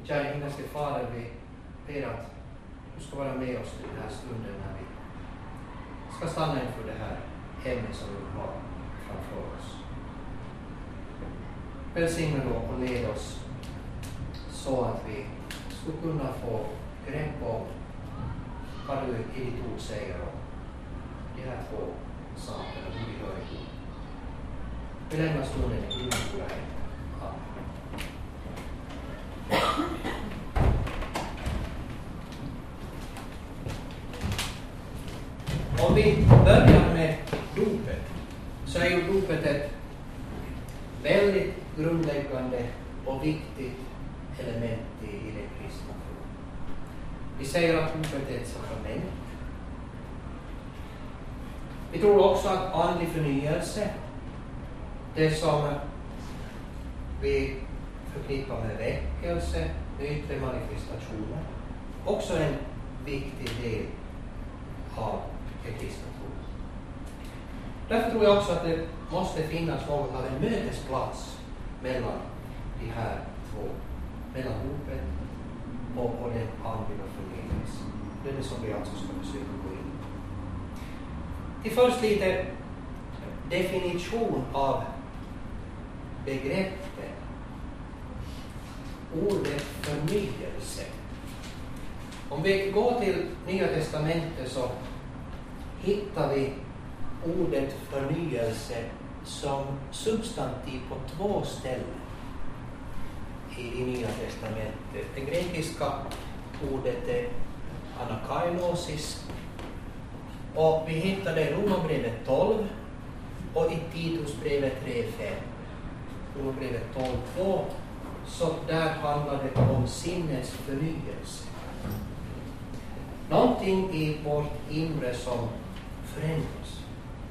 Kära himmelske Fader, vi ber att du ska vara med oss i den här stunden när vi ska stanna inför det här ämnet som vi har framför oss. Välsigna då och led oss så att vi skulle kunna få grepp om vad du i ditt ord säger om de här två sakerna, hur vi hör ihop. Vi lämnar stunden i dina goda händer. Om vi börjar med dopet, så är ju dopet ett väldigt grundläggande och viktigt element i den kristna tron. Vi säger att dopet är ett sakrament. Vi tror också att andlig förnyelse, det som vi förknippar med väckelse, med yttre manifestationer, också en viktig del av det kristna tron. Därför tror jag också att det måste finnas något av en mötesplats mellan de här två, mellan dopet och den andliga förnyelsen. Det är det som vi alltså ska försöka gå in. Till först lite definition av begreppet. Ordet förnyelse. Om vi går till Nya testamentet så hittar vi ordet förnyelse som substantiv på 2 ställen i Nya testamentet. Det grekiska ordet är anakainosis, och vi hittar det i Romarbrevet 12 och i Titusbrevet 3:5. Romarbrevet 12:2, så där handlar det om sinnets förnyelse. Någonting i vårt inre som förändras.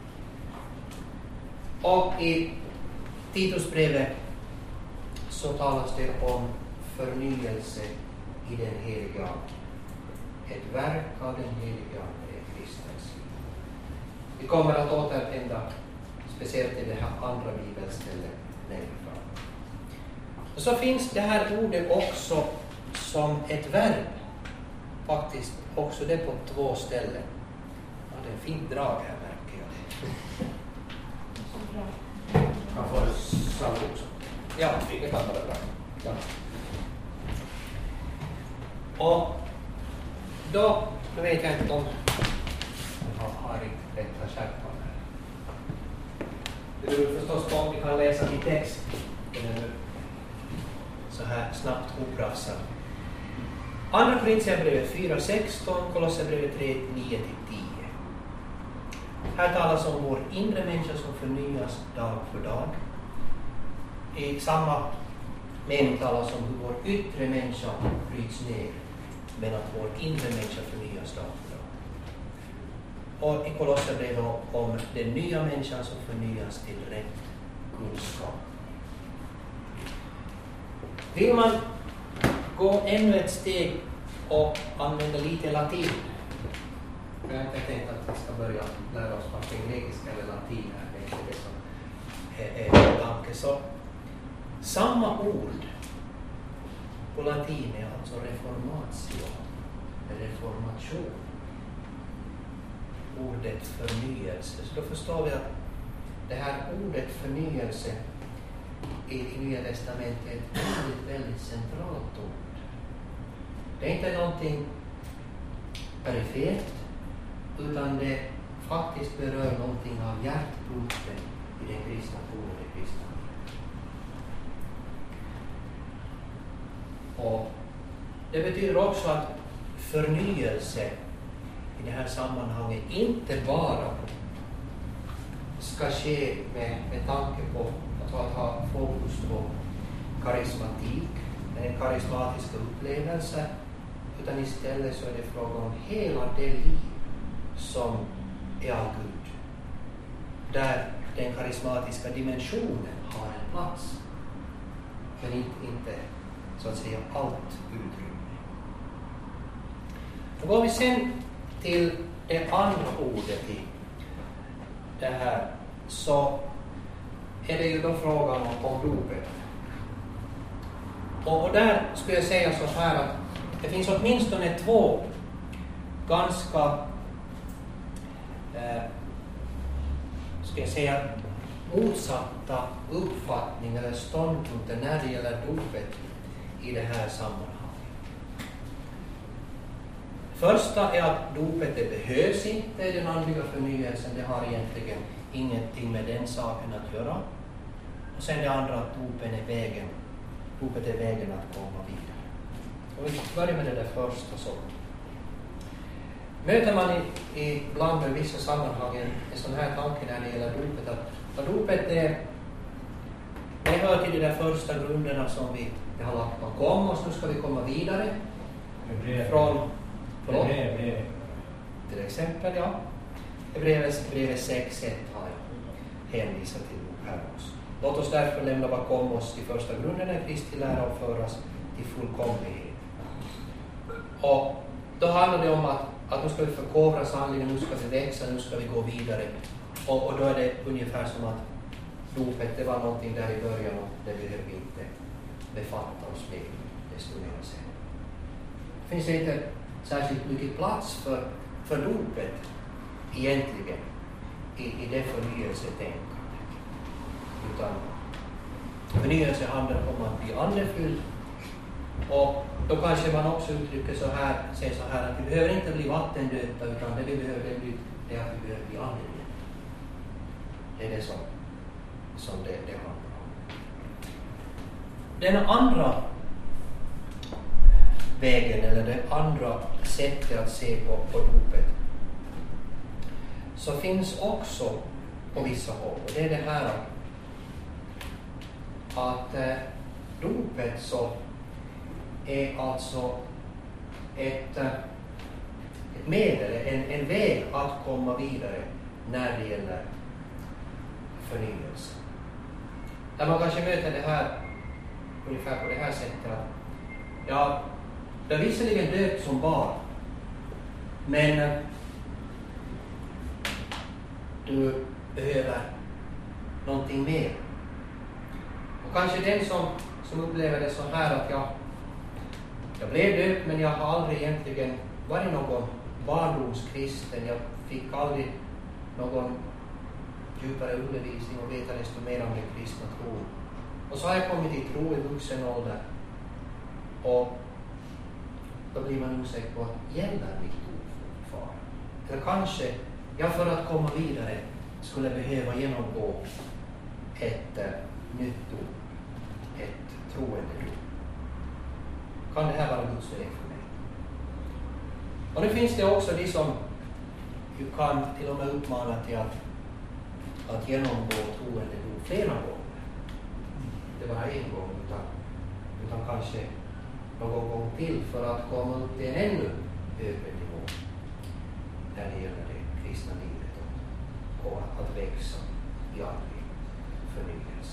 Och i Titusbrevet så talas det om förnyelse i den heliga ande. Ett verk av den heliga ande är Kristens liv. Vi kommer att återvända speciellt i det här andra bibelstället längre fram. Och så finns det här ordet också som ett verb. Faktiskt också det på 2 ställen. Ja, det är en fint drag här, märker jag. Han får samma också. Ja, det kan vara bra. Ja. Och då vet jag inte om jag har riktigt rätt att skärpa här. Det beror förstås på om vi kan läsa min text. Så här snabbt oprafsad. Andra Korintierbrevet 4:16, Kolosserbrevet 3:9-10. Här talas om vår inre människa som förnyas dag för dag. I samma mening talas om hur vår yttre människa bryts ner, men att vår inre människa förnyas dag för dag. Och i Kolosserbrevet om den nya människan som förnyas till rätt kunskap. Vill man gå ännu ett steg och använda lite latin? Jag har inte tänkt att vi ska börja lära oss varken grekiska eller latin här. Det är inte det som är tanke. Så samma ord på latin är alltså reformatio, reformation. Ordet förnyelse. Så då förstår vi att det här ordet förnyelse i Nya testamentet är ett väldigt centralt ord. Det är inte någonting perifert, utan det faktiskt berör någonting av hjärtpunkten i den kristna tron och det kristna livet. Och det betyder också att förnyelse i det här sammanhanget inte bara ska ske med tanke på att ha fokus på karismatik, en karismatiska upplevelser, utan istället så är det fråga om hela det liv som är av Gud, där den karismatiska dimensionen har en plats, men inte så att säga allt utrymme. Då går vi sen till det andra ordet i det här, så är det ju då frågan om dopet. Och där skulle jag säga så här att det finns åtminstone två ganska ska jag säga motsatta uppfattningar eller ståndpunkter när det gäller dopet i det här sammanhanget. Första är att dopet det behövs inte i den andliga förnyelsen, det har egentligen ingenting med den saken att göra. Och sen det andra att dopet är vägen att komma vidare. Och vi börjar med det där första så. Möter man ibland i vissa sammanhang en sån här tanke när det gäller dopet att dopet det hör till de där första grunderna som vi har lagt bakom oss. Nu ska vi komma vidare från till exempel, ja. Brevet 6.1 har jag hänvisat till här också. Låt oss därför lämna bakom oss de första grunderna i Kristi lära och föras till fullkomlighet. Och då handlar det om att nu ska vi förkovras andligen, nu ska vi växa, nu ska vi gå vidare. Och då är det ungefär som att dopet det var någonting där i början och det behöver vi inte befatta oss med desto mer sen. Det finns inte särskilt mycket plats för dopet egentligen i det förnyelsetänkandet. Utan förnyelse handlar om att bli andefylld. Och då kanske man också uttrycker säger så här att vi behöver inte bli vattendöpta utan det vi behöver det är att vi behöver bli andedöpta. Det är det som det handlar om. Den andra vägen eller det andra sättet att se på dopet så finns också på vissa håll. Och det är det här att dopet så är alltså ett medel, en väg att komma vidare när det gäller förnyelse. Där man kanske möter det här ungefär på det här sättet att ja, det är visserligen döpt som barn, men du behöver någonting mer. Och kanske den som upplever det så här att jag blev döpt men jag har aldrig egentligen varit någon barndomskristen. Jag fick aldrig någon djupare undervisning och veta desto mer om den kristna tron. Och så har jag kommit till tro i vuxen ålder. Och då blir man osäker på att gäller mitt tro fortfarande. Eller kanske jag för att komma vidare skulle behöva genomgå ett nytt dop, ett troende dop. Kan det här vara Guds väg för mig? Och nu finns det också de som ju kan till och med uppmana till att genomgå troende dop flera gånger. Det var en gång utan kanske någon gång till för att komma upp till en ännu högre nivå när det gäller det kristna livet och att växa i andlig förnyelse.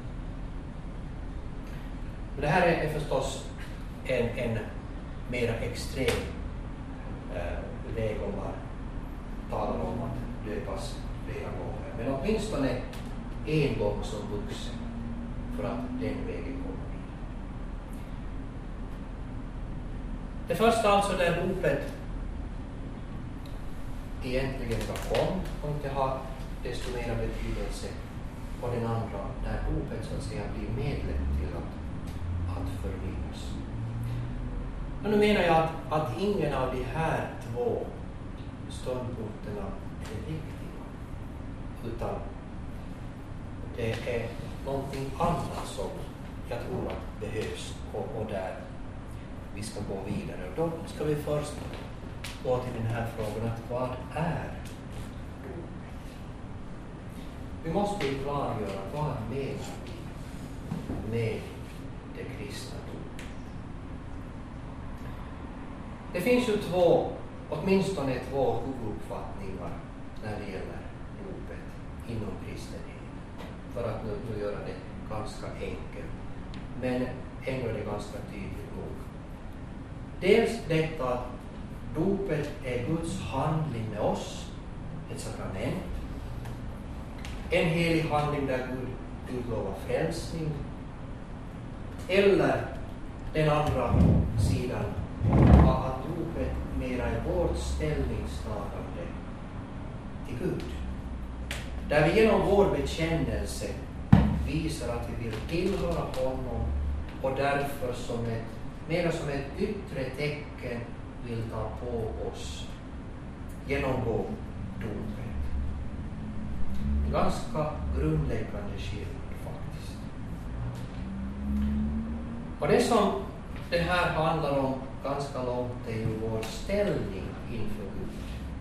Det här är förstås en mer extrem väg om man talar om att döpas flera gånger. Men åtminstone en gång som vuxen för att den vägen kommer vidare. Det första alltså där dopet egentligen bakom och inte har desto mer betydelse, och den andra där dopet så att säga blir medlem till att förnyas. Och nu menar jag att ingen av de här två ståndpunkterna är riktiga, utan det är någonting annat som jag tror att behövs och där vi ska gå vidare. Och då ska vi först gå till den här frågan att vad är dopet? Vi måste ju klargöra vad menar vi med det kristna dopet. Det finns ju åtminstone två huvuduppfattningar när det gäller dopet inom kristenheten. För att nu göra det ganska enkelt. Men ändå är det ganska tydligt nog. Dels detta att dopet är Guds handling med oss, ett sakrament. En helig handling där Gud utlovar frälsning. Eller den andra sidan, att dopet mera är vårt ställningstagande till Gud. Där vi genom vår bekännelse visar att vi vill tillhöra honom och därför mera som ett yttre tecken vill ta på oss genomgå dopet. Ganska grundläggande skillnad faktiskt. Och det som det här handlar om ganska långt är ju vår ställning inför Gud.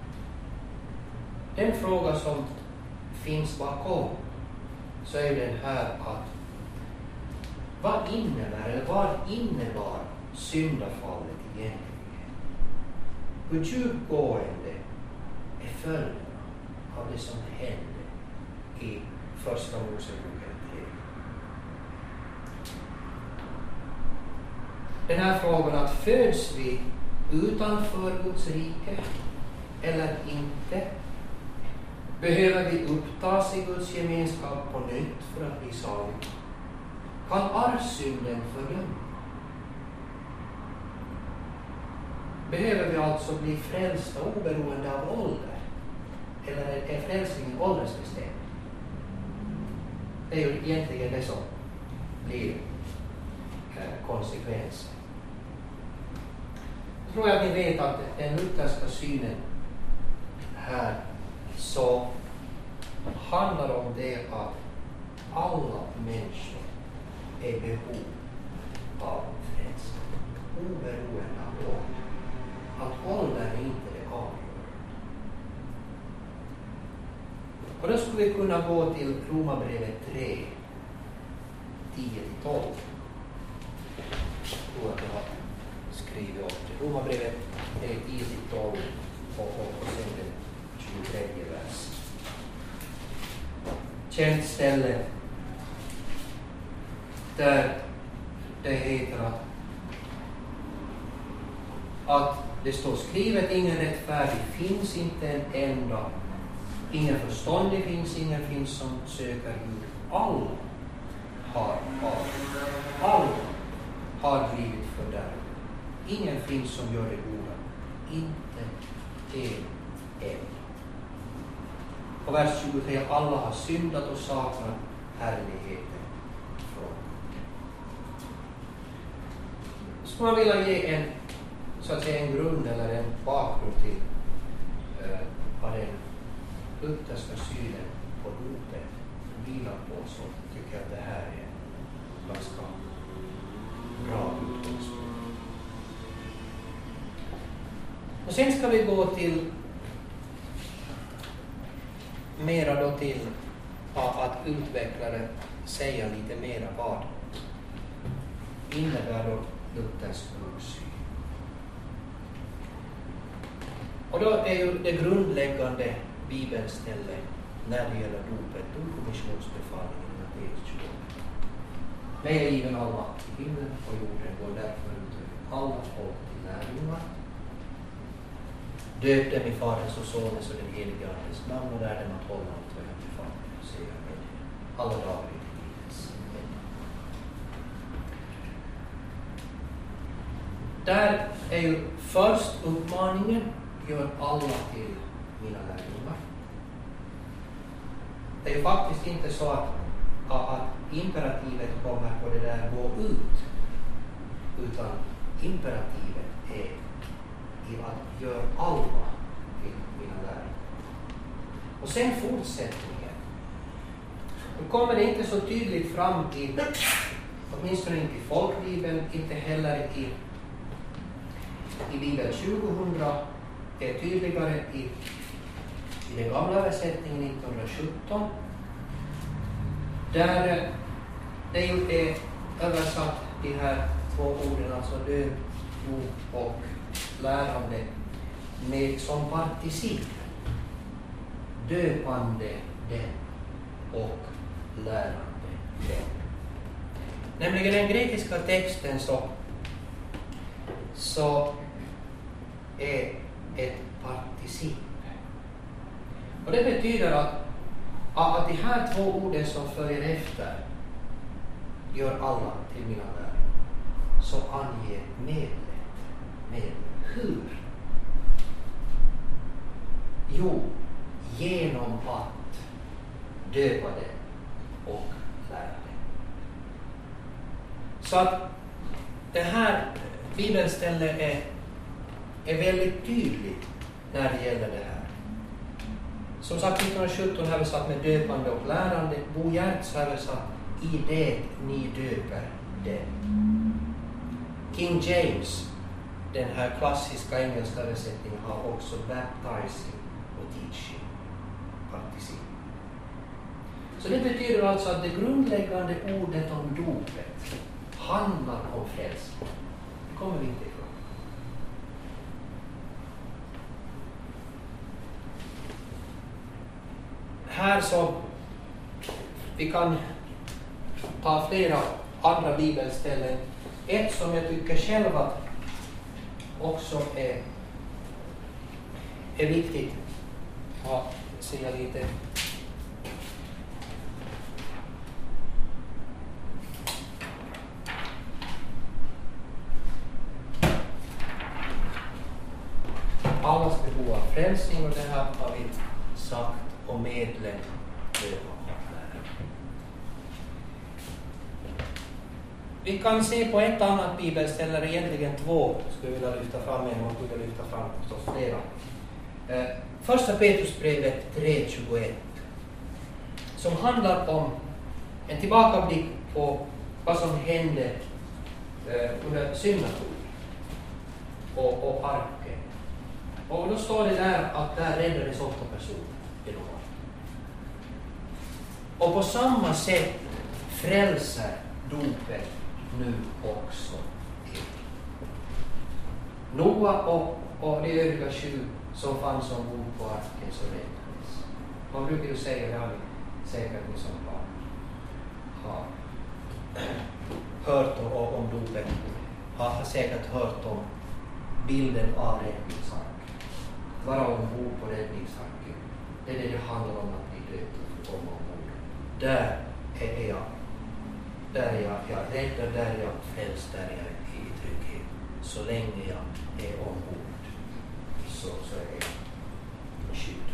Den fråga som finns bakom så är den här att vad innebar syndafallet egentligen? Hur djupgående är följderna av det som hände i första Moseboken 3? Den här frågan att föds vi utanför Guds rike eller inte? Behöver vi upptas i Guds gemenskap på nytt för att bli saliga? Kan arvsynden fördöma? Behöver vi alltså bli frälsta oberoende av ålder? Eller är frälsningen åldersbestämd? Det är ju egentligen det som blir konsekvensen. Jag tror att ni vet att den lutherska synen här så handlar om det att alla människor är behov av frälsning, oberoende av ålder. Att ålder är inte det avgörande. Och då skulle vi kunna gå till Romarbrevet 3, 10-12. Jag tror att jag har skrivit upp det. Romarbrevet 3, 10-12 och sen den 23 vers. Känt ställe där det heter att det står skrivet: ingen rättfärdig finns, inte en enda, ingen förståndig finns, ingen finns som söker Gud. Alla har blivit fördärvade. Ingen finns som gör det goda, inte en enda. Och vers 23: alla har syndat och saknat härligheten från Gud. Så man vill ge en, så att säga, en grund eller en bakgrund till vad den lutherska synen på dopet vilar på, så tycker jag att det här är en ganska bra utgångspunkt. Och sen ska vi gå till mera då till att utvecklare säga lite mera vad innebär då Luthers grundsyn. Och då är ju det grundläggande bibelställe när det gäller dopet missionsbefallningen i Matteus 20. Mig är given all makt i himlen och jorden, går därför ut alla folk till lärjungar. Döp dem i Faderns och Sonens och den helige Andes namn och lär dem att hålla allt vad jag befaller, säger jag med alla dagar i livets ände. Där är ju först uppmaningen: gör alla till mina lärjungar. Det är ju faktiskt inte så att imperativet kommer på det där gå ut, utan imperativet är i att göra alla till mina lärjungar. Och sen fortsättningen. Då kommer det inte så tydligt fram åtminstone inte i folkbibeln, inte heller i Bibel 2000. Det är tydligare i den gamla översättningen 1917. Där det är översatt de här två orden, alltså döp, dop och lärande, med som particip. Döpande den och lärande den. Nämligen den grekiska texten så är ett particip. Och det betyder att de här två orden som följer efter, gör alla till mina lärjungar, så anger medlet. Hur? Jo, genom att döpa det och lära det. Så att det här bibelstället är väldigt tydligt när det gäller det här. Som sagt, 1917 har vi satt med döpande och lärande. Bo Giertz har vi satt i det ni döper det. King James, den här klassiska engelska översättningen, har också baptizing och teaching particip. Så det betyder alltså att det grundläggande ordet om dopet handlar om frälsning. Det kommer vi inte ifrån. Här så vi kan ta flera andra bibelställen. Ett som jag tycker själv att också är viktigt att säga lite. Allas behov av frälsning, och det här har vi sagt, och medlen vi kan se på ett annat bibelställe, eller egentligen två, skulle jag vilja lyfta fram en, och skulle lyfta fram förstås flera. Första Petrusbrevet 3:21, som handlar om en tillbakablick på vad som hände under syndafloden och arken. Och då står det där att där räddades 8 personer genom arken. Och på samma sätt frälser dopet nu också er. Noa och de övriga 20 som fanns ombord på arken så räddades. Man brukar ju säga, det har ni säkert ni som har hört om dopet, har säkert hört om bilden av räddningsarken. Vara ombord på räddningsarken. Det är det handlar om, att bli döpt och få komma ombord. Där är jag. Där är jag rädd, där är jag frälst, där är jag i trygghet. Så länge jag är ombord så är jag skyddad.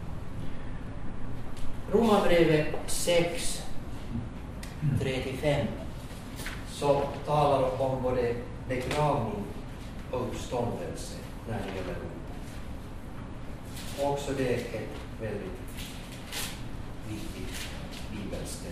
Romarbrevet 6, 3-5 så talar om både begravning och uppståndelse när det gäller dop. Också det är ett väldigt viktigt bibelställe.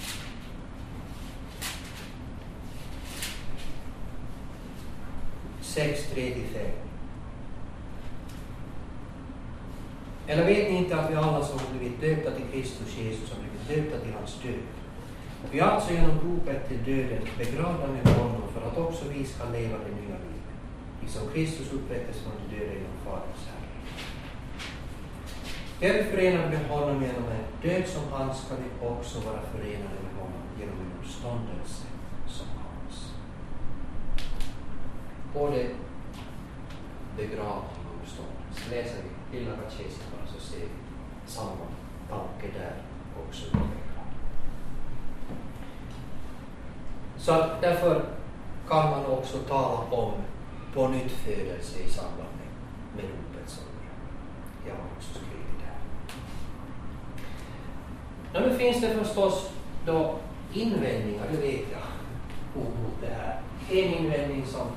Eller vet ni inte att vi alla som har blivit döpta till Kristus Jesus har blivit döpta till hans död? Vi är alltså genom dopet till döden begravda med honom för att också vi ska leva det nya livet. Liksom Kristus uppväcktes från de döda genom Faderns härlighet. Är vi förenade med honom genom en död som hans, ska vi också vara förenade med honom genom en uppståndelse som hans. Både begravning och uppståndelse. Läser vi Lilla katekesen så ser vi samma tanke där också. Så att därför kan man också tala om på nytt födelse i samband med dopet som jag har också skrivit där. Nu finns det förstås då invändningar, det vet jag, mot det här. En invändning som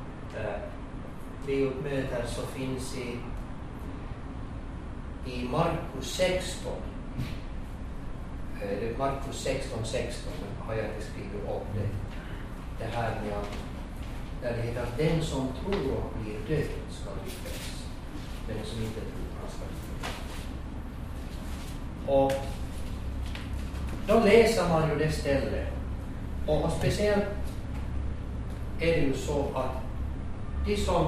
vi möter så finns i Markus 16. Markus 16 har jag inte skrivit upp det här med att där det heter att den som tror och blir död ska bli frälst. Den som inte tror, han ska bli frälst. Och då läser man ju det stället. Och speciellt är det ju så att de som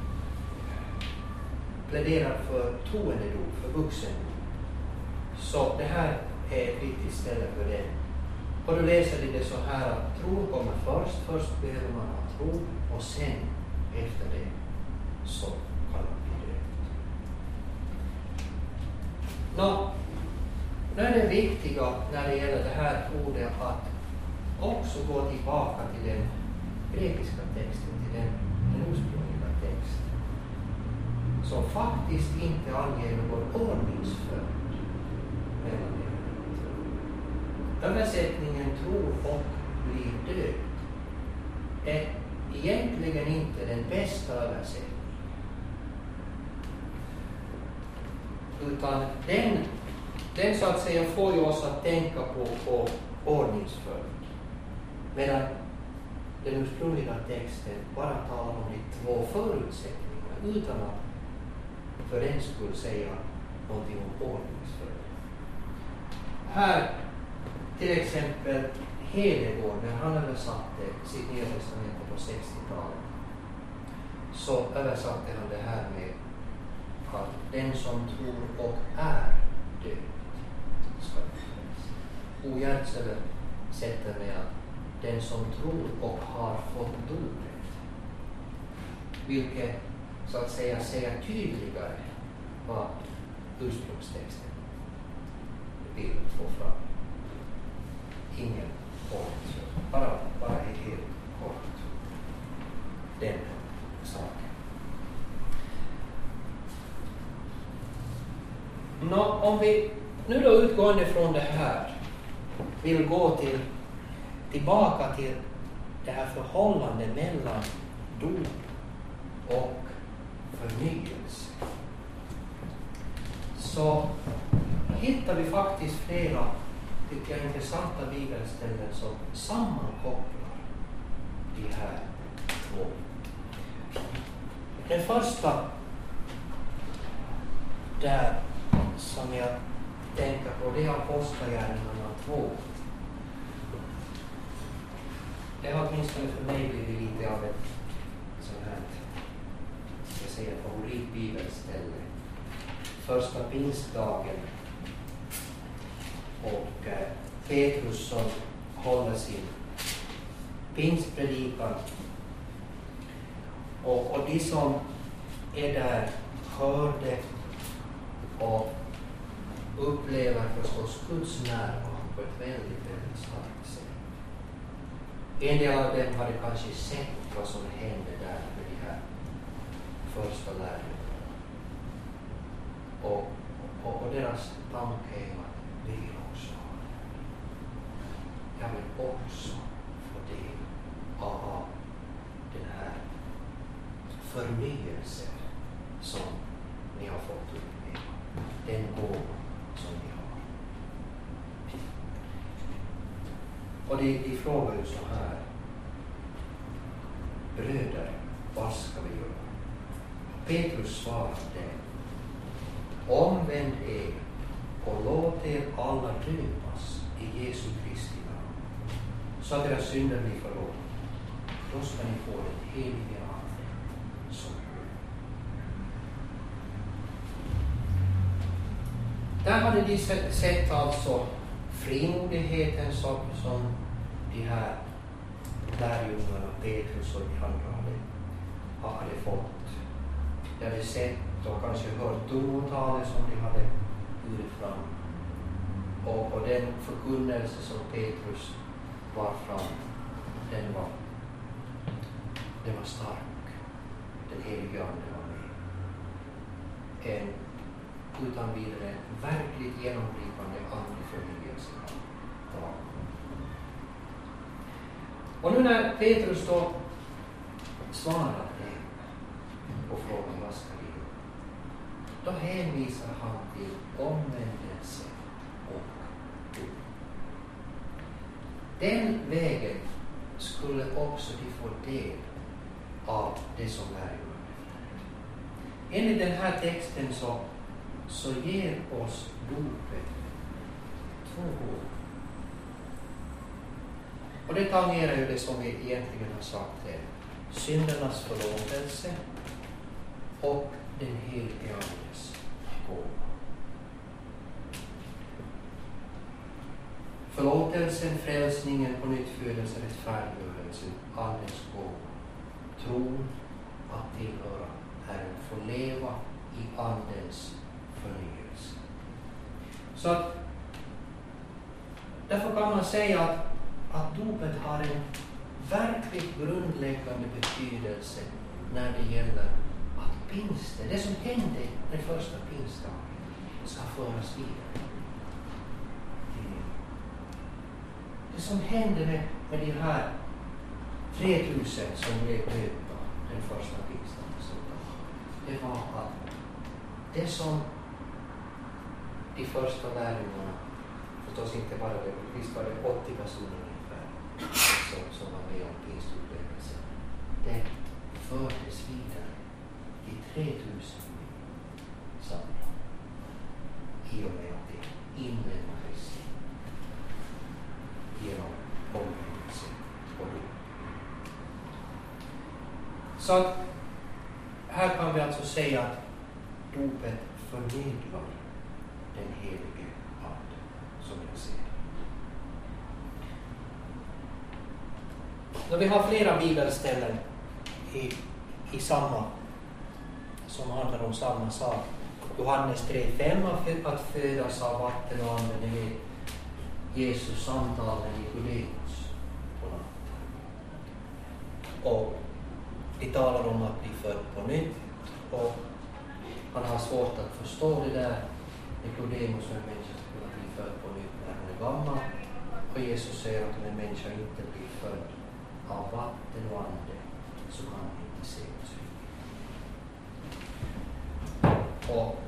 pläderar för troendedop, för vuxendop, så det här är ett viktigt ställe för det. Och då läser vi det så här att tron kommer först. Först behöver man ha tro och sen efter det så kan man bli döpt. Nu är det viktiga när det gäller det här ordet att också gå tillbaka till den grekiska texten till den ursprungliga texten, som faktiskt inte anger någon ordningsföljd mellan de här. Översättningen tro och blir död är egentligen inte den bästa översättningen. Utan den så att säga får ju oss att tänka på ordningsföljd. Medan den ursprungliga texten bara talar om de två förutsättningarna utan att för den skulle säga någonting om ordningsföljd. Här till exempel Hedegård, när han översatte sitt Nya testamente på 60-talet, så översatte han det här med att den som tror och är död ska dödas. Ogärts översätter med att den som tror och har fått dopet, vilket så att säga säger tydligare vad ursprungstexten vill få fram. Ingen ordningsföljd, bara helt kort den saken. Om vi nu då utgående från det här vill gå tillbaka till det här förhållandet mellan dop och förnyelse, så hittar vi faktiskt flera, tycker jag, intressanta bibelställen som sammankopplar de här två. Den första där som jag tänker på, det är Apostlagärningarna 2. Det har åtminstone för mig blivit lite av ett sånt här, jag säger, favoritbibelställe. Första pingstdagen och Petrus som håller sin pingstpredikan, och de som är där hörde och upplever förstås Guds närvaro på ett väldigt starkt sätt. En del av dem hade kanske sett vad som hände där med de här första lärjungarna. Och deras tanke är att vi vill också ha det. Jag vill också få del av den här förnyelsen som ni har fått uppleva. Den gåva som ni har. Och de frågar ju så här: bröder, vad ska vi göra? Petrus svarade: omvänd er och låt er alla döpas i Jesu Kristi namn, så att era synder blir förlåtna. Då ska ni få den heliga ande som gåva. Där hade de sett alltså frimodigheten som de här lärjungarna, Petrus och de andra hade fått. De hade sett och kanske hört tungotalet som de hade burit fram. Och den förkunnelse som Petrus bar fram, den var stark. Den heliga ande var med. En utan vidare verkligt genomgripande andlig förnyelse var. Och nu när Petrus då svarar det och frågar vad ska vi göra, då hänvisar han till omvändelse och dop. Den vägen skulle också de få del av det som lärjungarna fick. Enligt den här texten så ger oss dopet två gånger. Och det tangerar ju det som vi egentligen har sagt här. Syndernas förlåtelse och den helige andes gåva. Förlåtelsen, frälsningen, på nyttfödelsen, rättfärdiggörelsen, andens gåva. Tron att tillhöra Herren, få leva i andens förnyelse. Så att därför kan man säga att dopet har en verkligt grundläggande betydelse när det gäller att pingsten, det som hände den första pingstdagen, ska föras vidare. Det som hände med de här 3000 som blev döpta den första pingstdagen, det var att det som de första lärjungarna, förstås inte bara det, visst var det 80 personer ungefär som var med om pingstupplevelsen, det fördes vidare i 3000 samman i och med att det inlämnades genom omvändelse och dop. Så att här kan vi alltså säga att dopet förmedlar den helige ande, som jag ser. Då vi har flera bibelställen i samma, som handlar om samma sak. Johannes 3:5, att födas av vatten och ande, ni vet Jesus samtal med Nikodemus på natten. Och vi talar om att bli född på nytt, och han har svårt att förstå det där. Nikodemus och en människa ska kunna bli född på nytt när hon är gammal. Och Jesus säger att om en människa inte blir född av vatten och ande, så kan han inte se Guds rike. Och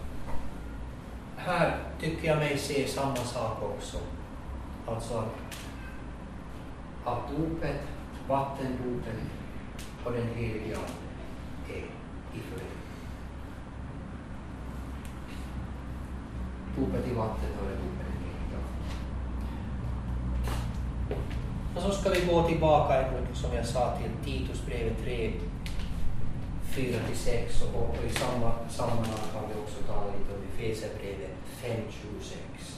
här tycker jag mig se samma sak också. Alltså att dopet, vattendopet och den heliga ande är i förening. Dopet i vatten och dopet i heliga ande. Och så ska vi gå tillbaka, som jag sa, till Titusbrevet 3, 4-6, och i samma sammanhang kan vi också tala lite om Efesierbrevet 5:26.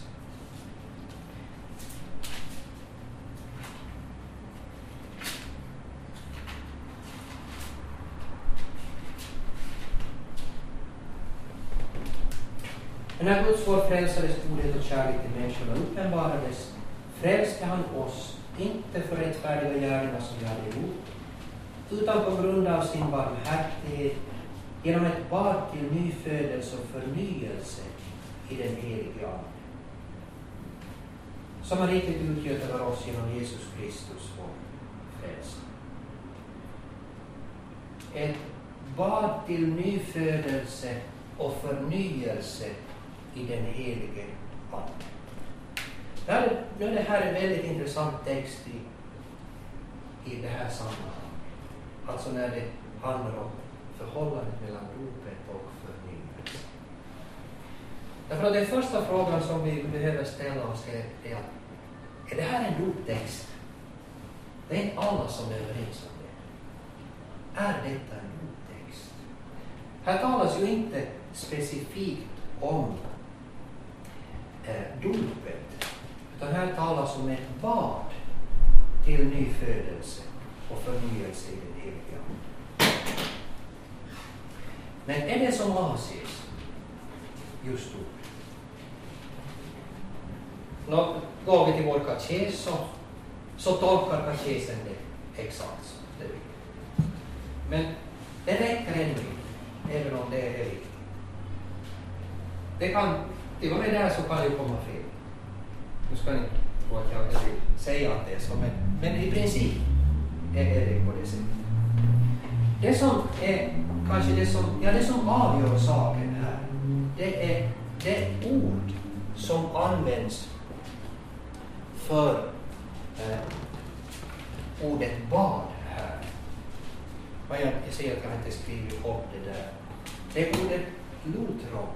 Men när Guds vår frälsares godhet och kärlek till människorna uppenbarades, frälste han oss inte för rättfärdiga gärningar som vi hade gjort, utan på grund av sin barmhärtighet genom ett bad till nyfödelse och förnyelse i den heliga ande, som har riktigt utgöt över oss genom Jesus Kristus, vår frälsare. Ett bad till nyfödelse och förnyelse i den helige ande. Nu är det här en väldigt intressant text i det här sammanhanget. Alltså när det handlar om förhållandet mellan dopet och förnyelse. Därför att den första frågan som vi behöver ställa oss är att är det här en doptext? Det är inte alla som är överens om det. Är detta en doptext? Här talas ju inte specifikt om dopet, utan här talas om ett bad till nyfödelse och förnyelse i den heliga ande. Men är det som avses just dopet? Går vi till vår katekes så tolkar katekesen det exakt så. Det är viktigt. Men det räcker ändå inte, även om det är viktigt. Det kan, till och med där så kan det komma fel. Nu ska ni få att jag vill säga att det är så, men i princip är det på det sättet. Det som är kanske det som avgör saken här, det är det ord som används för ordet bad här. Jag ser att jag inte skrivit upp det där. Det är ordet lutron,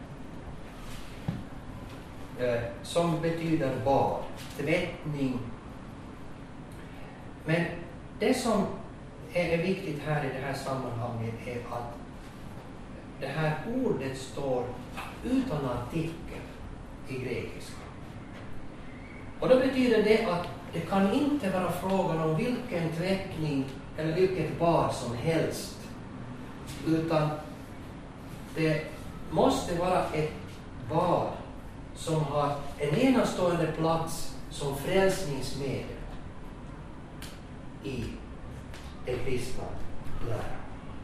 som betyder bad, tvättning. Men det som är viktigt här i det här sammanhanget är att det här ordet står utan artikel i grekiska. Och då betyder det att det kan inte vara frågan om vilken tvättning eller vilket bad som helst, utan det måste vara ett bad som har en enastående plats som frälsningsmedel. i den kristna läran.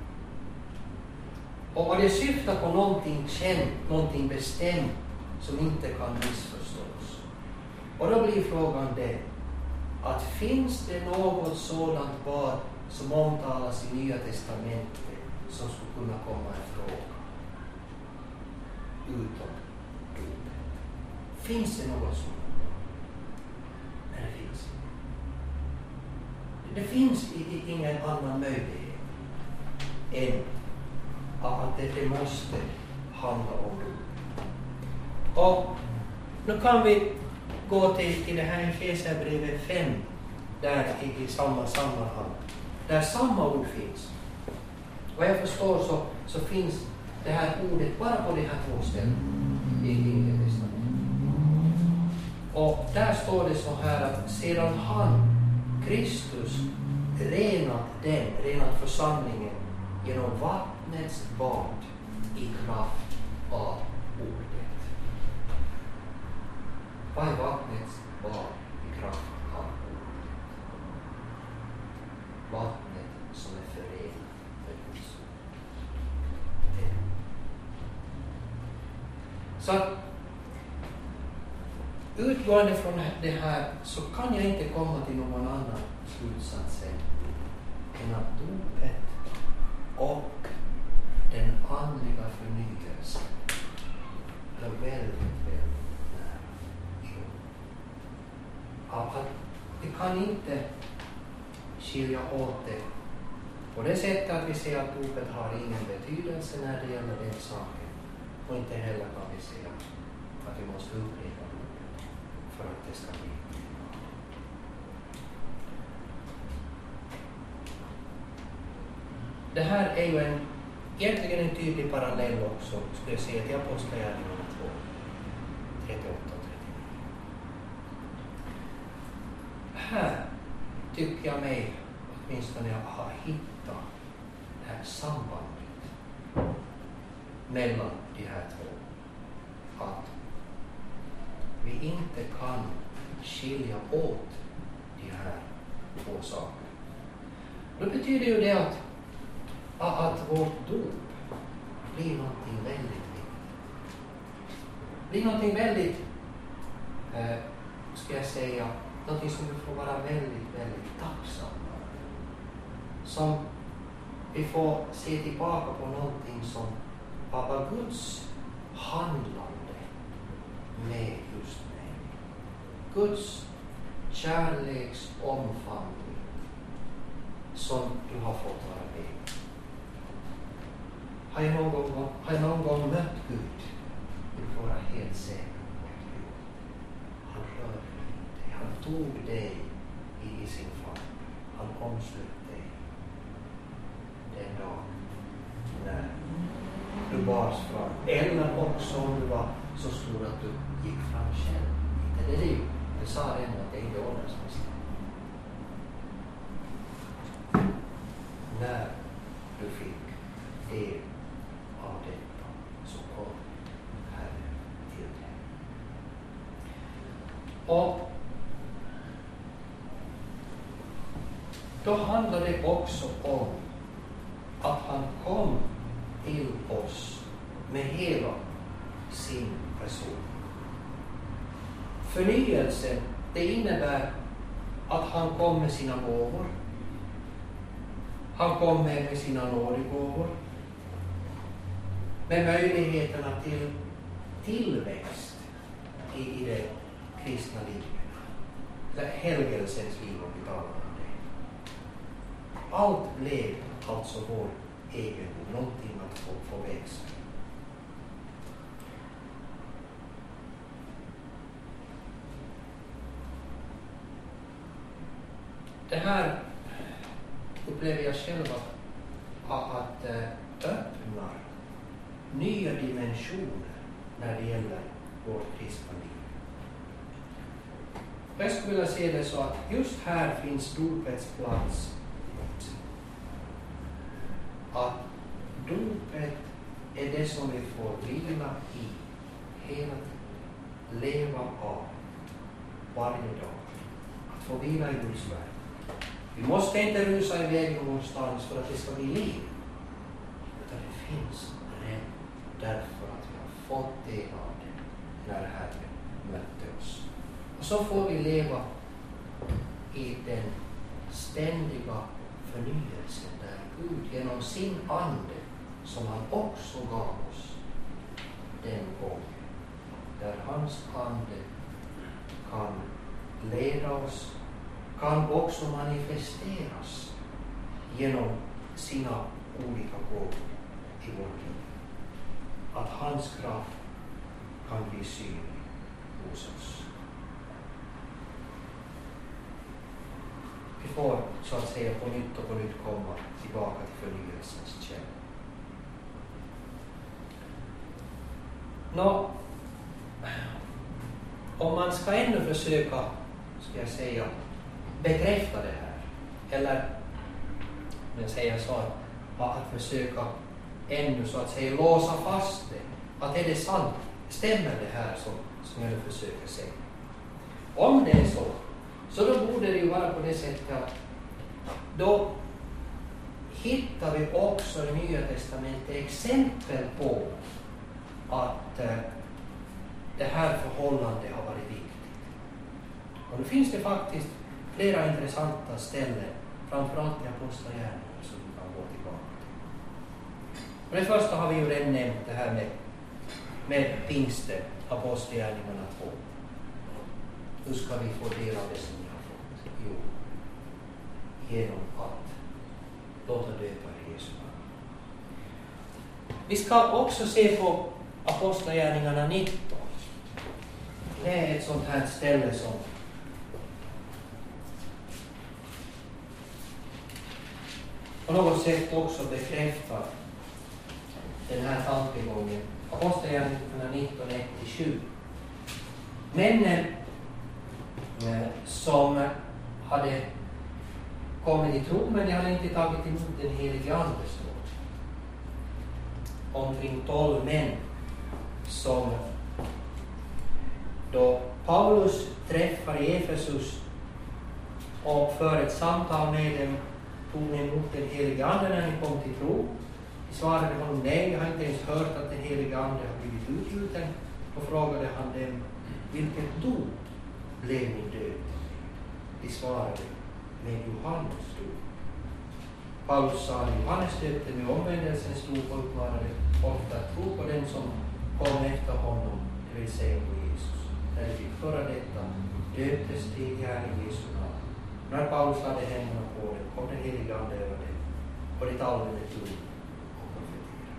Och det syftar på någonting känt, någonting bestämt som inte kan missförstås. Och då blir frågan det, att finns det något sådant vad som omtalas i Nya testamentet som skulle kunna komma i fråga utom dopet? Finns det något sådant? Nej, det finns inte. Det finns ingen annan möjlighet än att det måste handla om dopet. Och nu kan vi gå till det här Efesierbrevet 5, där i samma sammanhang, där samma ord finns. Vad jag förstår så finns det här ordet bara på de här 2 ställen i Nya testamentet. Och där står det så här att sedan han, Kristus, renat församlingen genom vattnets bad i kraft av ordet. Vad är vattnets bad i kraft av ordet? Vattnet som är förenat med Guds ord. Så att utgående från det här så kan jag inte komma till någon annan slutsats än att dopet och den andliga förnyelsen är väldigt nära ihop. Att vi kan inte skilja åt det på det sättet att vi ser att dopet har ingen betydelse när det gäller den saken. Och inte heller kan vi säga att vi måste upprepa dopet för att det ska bli. Det här är ju egentligen en tydlig parallell också, skulle jag säga, till Apostlagärningarna 2, 38 och 39. Här tycker jag mig, åtminstone jag har hittat det här sambandet mellan de här 2. Att vi inte kan skilja åt de här 2 sakerna. Då betyder ju det att vårt dop blir någonting väldigt viktigt. Blir någonting väldigt, ska jag säga, någonting som vi får vara väldigt, väldigt tacksamma. Som vi får se tillbaka på någonting som var Guds handlande med just mig. Guds kärleks omfamning som du har fått vara med. Har jag någon gång mött Gud? Du får vara helt säker på att Gud, han rörde dig. Han tog dig i sin famn. Han omslöt dig den dag när du bars fram. Eller också om du var så stor att du gick fram själv. Inte det du. Det sa ändå att det inte ordnas nästan. När du fick del av detta så kom Herren till dig. Och då handlar det också om att han kom till oss med hela sin person. Förnyelsen, det innebär att han kom med sina gåvor. Han kom med sina nådegåvor. Med möjligheterna till tillväxt i det kristna livet. Eller helgelsens liv, om vi talar om det. Allt blev alltså vår egendom, någonting att få växa. Det här upplever jag själv att öppnar nya dimensioner när det gäller vårt kristna liv. Jag skulle vilja se det så att just här finns dopets plats. Att dopet är det som vi får vila i hela tiden, leva av varje dag. Att få vila i Guds värld. Vi måste inte rusa iväg någonstans för att det ska bli liv. Utan det finns redan därför att vi har fått del av det när Herren mötte oss. Och så får vi leva i den ständiga förnyelsen där Gud genom sin ande, som han också gav oss den gången, där hans ande kan leda oss, kan också manifesteras genom sina olika gåvor i vårt liv. Att hans kraft kan bli synlig hos oss. Vi får så att säga på nytt och på nytt komma tillbaka till förnyelsens källa. Om man ska ännu försöka, ska jag säga, bekräfta det här, eller om jag säger så, att försöka ännu så att säga låsa fast det, att är det sant, stämmer det här som jag nu försöker säga. Om det är så då borde det ju vara på det sättet att då hittar vi också i Nya testamentet exempel på att det här förhållandet har varit viktigt. Och nu finns det faktiskt flera intressanta ställen, framförallt i Apostlagärningarna, som vi kan gå tillbaka till. Och det första har vi ju redan nämnt, det här med pingsten, Apostlagärningarna 2. Hur ska vi få del av det som vi har fått? Jo, genom att låta döpa i Jesu namn. Vi ska också se på Apostlagärningarna 19. Det är ett sånt här ställe som på något sätt också bekräftar den här tankegången. Apostlagärningarna 19, 1-20. Männen som hade kommit i tro, men de hade inte tagit emot den helige Andes nåd. Omkring 12 män som då Paulus träffar i Efesus och för ett samtal med dem, tog ni emot den helige Ande när ni kom till tro. De svarade honom nej, jag har inte ens hört att den helige Ande har blivit utgjuten. Och frågade han dem, vilket dop blev ni döpta? De svarade, med Johannes dop. Paulus sa, Johannes döpte med omvändelsens dop och uppmanade folk att tro på den som kom efter honom, det vill säga på Jesus. När de fick höra detta, döptes de i Jesu namn. När Paulus lade händerna på dem, kom den helige Ande över dem, och de talade ett ord och profeterade.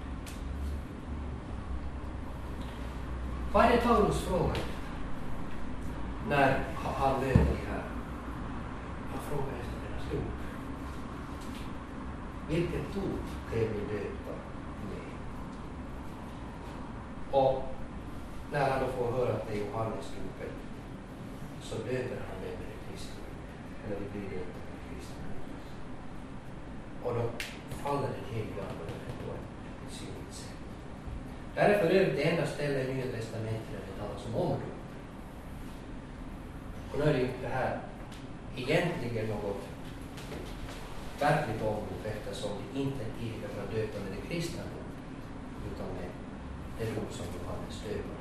Vad är det Paulus frågar när han möter de här? Han frågar efter deras dop. Vilket dop blev ni döpta med? Och när han då får höra att det är Johannes dopet, så döper han det med det kristna. Eller det blir döpt med det kristna. Och då faller den heliga Ande på ett synligt sätt. Det här är för övrigt det enda stället i Nya testamentet där det talas om omdop. Och nu är det ju det här egentligen något verkligt omdop, eftersom det inte tidigare var döpta med det kristna dop, utan med det dop som Johannes döpade.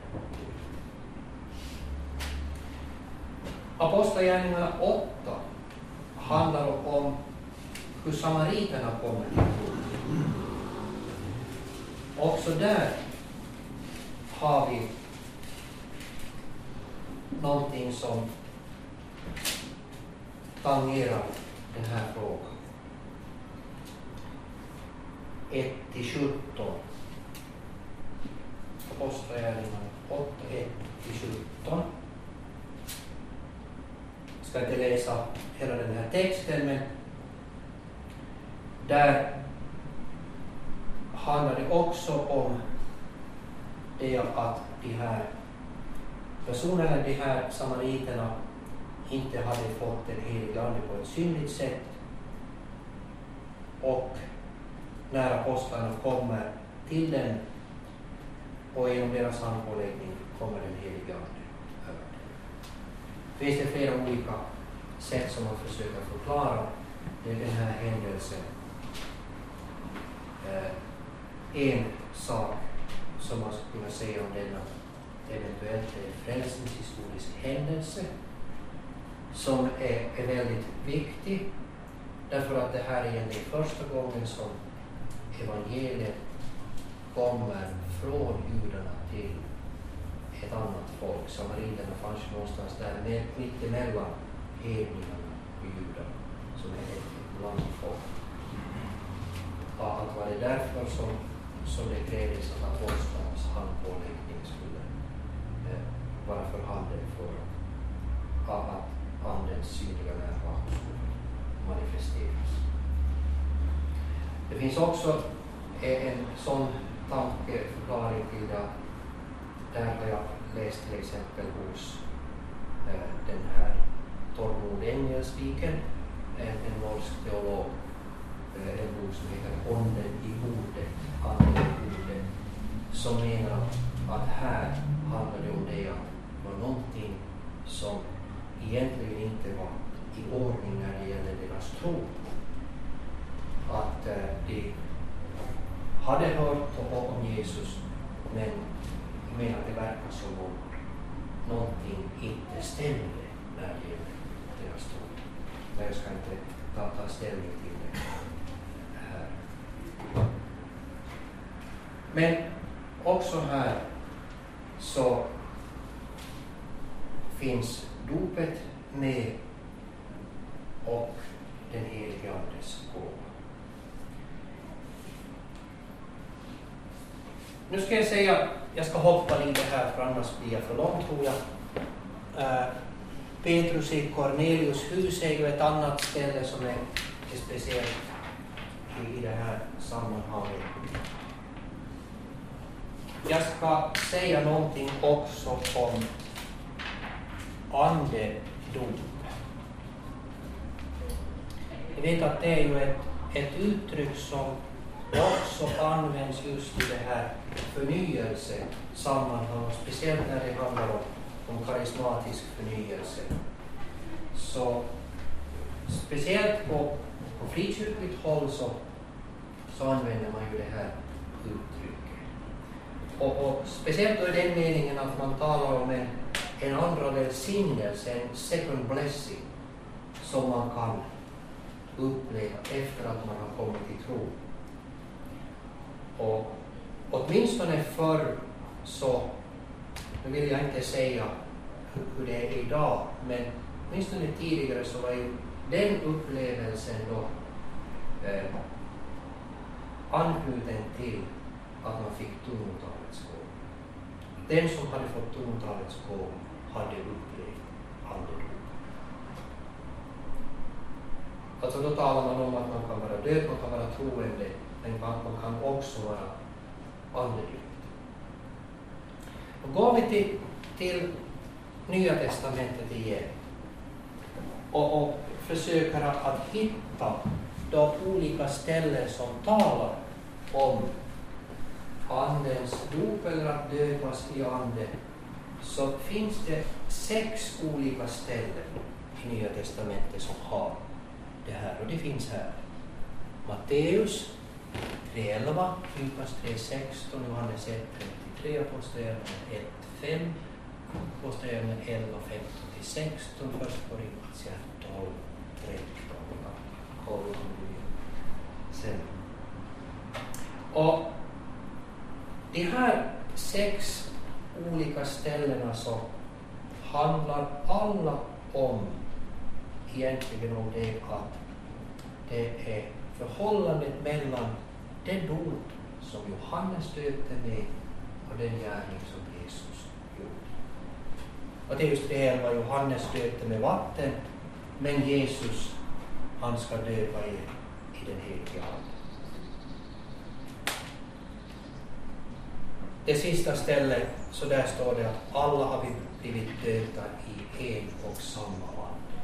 Apostlagärningarna 8 handlar om hur samariterna kommer till tro. Också där har vi någonting som tangerar den här frågan. 1-17. Apostlagärningarna 8, 1-17. Jag ska inte läsa hela den här texten, men där handlar det också om det att de här personerna, de här samariterna, inte hade fått den heliga Ande på ett synligt sätt. Och när apostlarna kommer till dem och genom deras handpåläggning kommer den heliga Ande över dem. Finns det flera olika sätt som man försöker förklara det är den här händelsen. En sak som man skulle kunna säga om denna eventuellt frälsningshistorisk händelse som är väldigt viktig, därför att det här är egentligen första gången som evangeliet kommer från judarna till ett annat folk. Samariterna fanns någonstans där mitt emellan hedningarna och judarna som är ett blandfolk. Att var det därför som det krävdes att apostlarnas handpåläggning skulle vara för handen för att andens synliga närvaro skulle manifesteras. Det finns också en sån tankeförklaring till det. Där har jag läst till exempel hos den här Tormod Engelsviken, en norsk teolog, en bok som heter Onden i ordet, anden i ordet, som menar att här handlar det om det att det var någonting som egentligen inte var i ordning när det gäller deras tro. Att de hade hört om Jesus, men att det verkar som om någonting inte stämde när det gäller deras tro. Men jag ska inte ta ställning till det här. Men också här så finns dopet med och den helige Andes gåva. Nu ska jag säga, jag ska hoppa lite här för annars blir jag för långt tror jag. Petrus i Cornelius hus är ju ett annat ställe som är speciellt i det här sammanhanget. Jag ska säga någonting också om andedop. Jag vet att det är ju ett uttryck som också används just i det här förnyelsesammanhang, speciellt när det handlar om karismatisk förnyelse. Så speciellt på frikyrkligt håll så använder man ju det här uttrycket. Och speciellt då i den meningen att man talar om en andra välsignelse, en second blessing som man kan uppleva efter att man har kommit till tro. Och åtminstone förr så, nu vill jag inte säga hur det är idag, men åtminstone tidigare så var ju den upplevelsen då anknuten till att man fick tungotalets gåva. Den som hade fått tungotalets gåva hade upplevt andedop. Alltså då talar man om att man kan vara död, man kan vara troende, men man kan också vara andedöpt. Och går vi till Nya testamentet igen och försöker att hitta de olika ställen som talar om andens dop eller att döpas i ande, så finns det 6 olika ställen i Nya testamentet som har det här. Och det finns här Matteus 3:11, Lukas 3:16, Johannes 1:33, Apostlagärningarna 1:5, Apostlagärningarna 11:15-16, först Korintierbrevet 12:13. Sen. Och de här 6 olika ställena så handlar alla om egentligen om det att det är förhållandet mellan den dop som Johannes döpte med och den gärning som Jesus gjorde. Och det är just det vad Johannes döpte med vatten, men Jesus han ska döpa er i den heliga ande. Det sista stället så där står det att alla har blivit döpta i en och samma ande.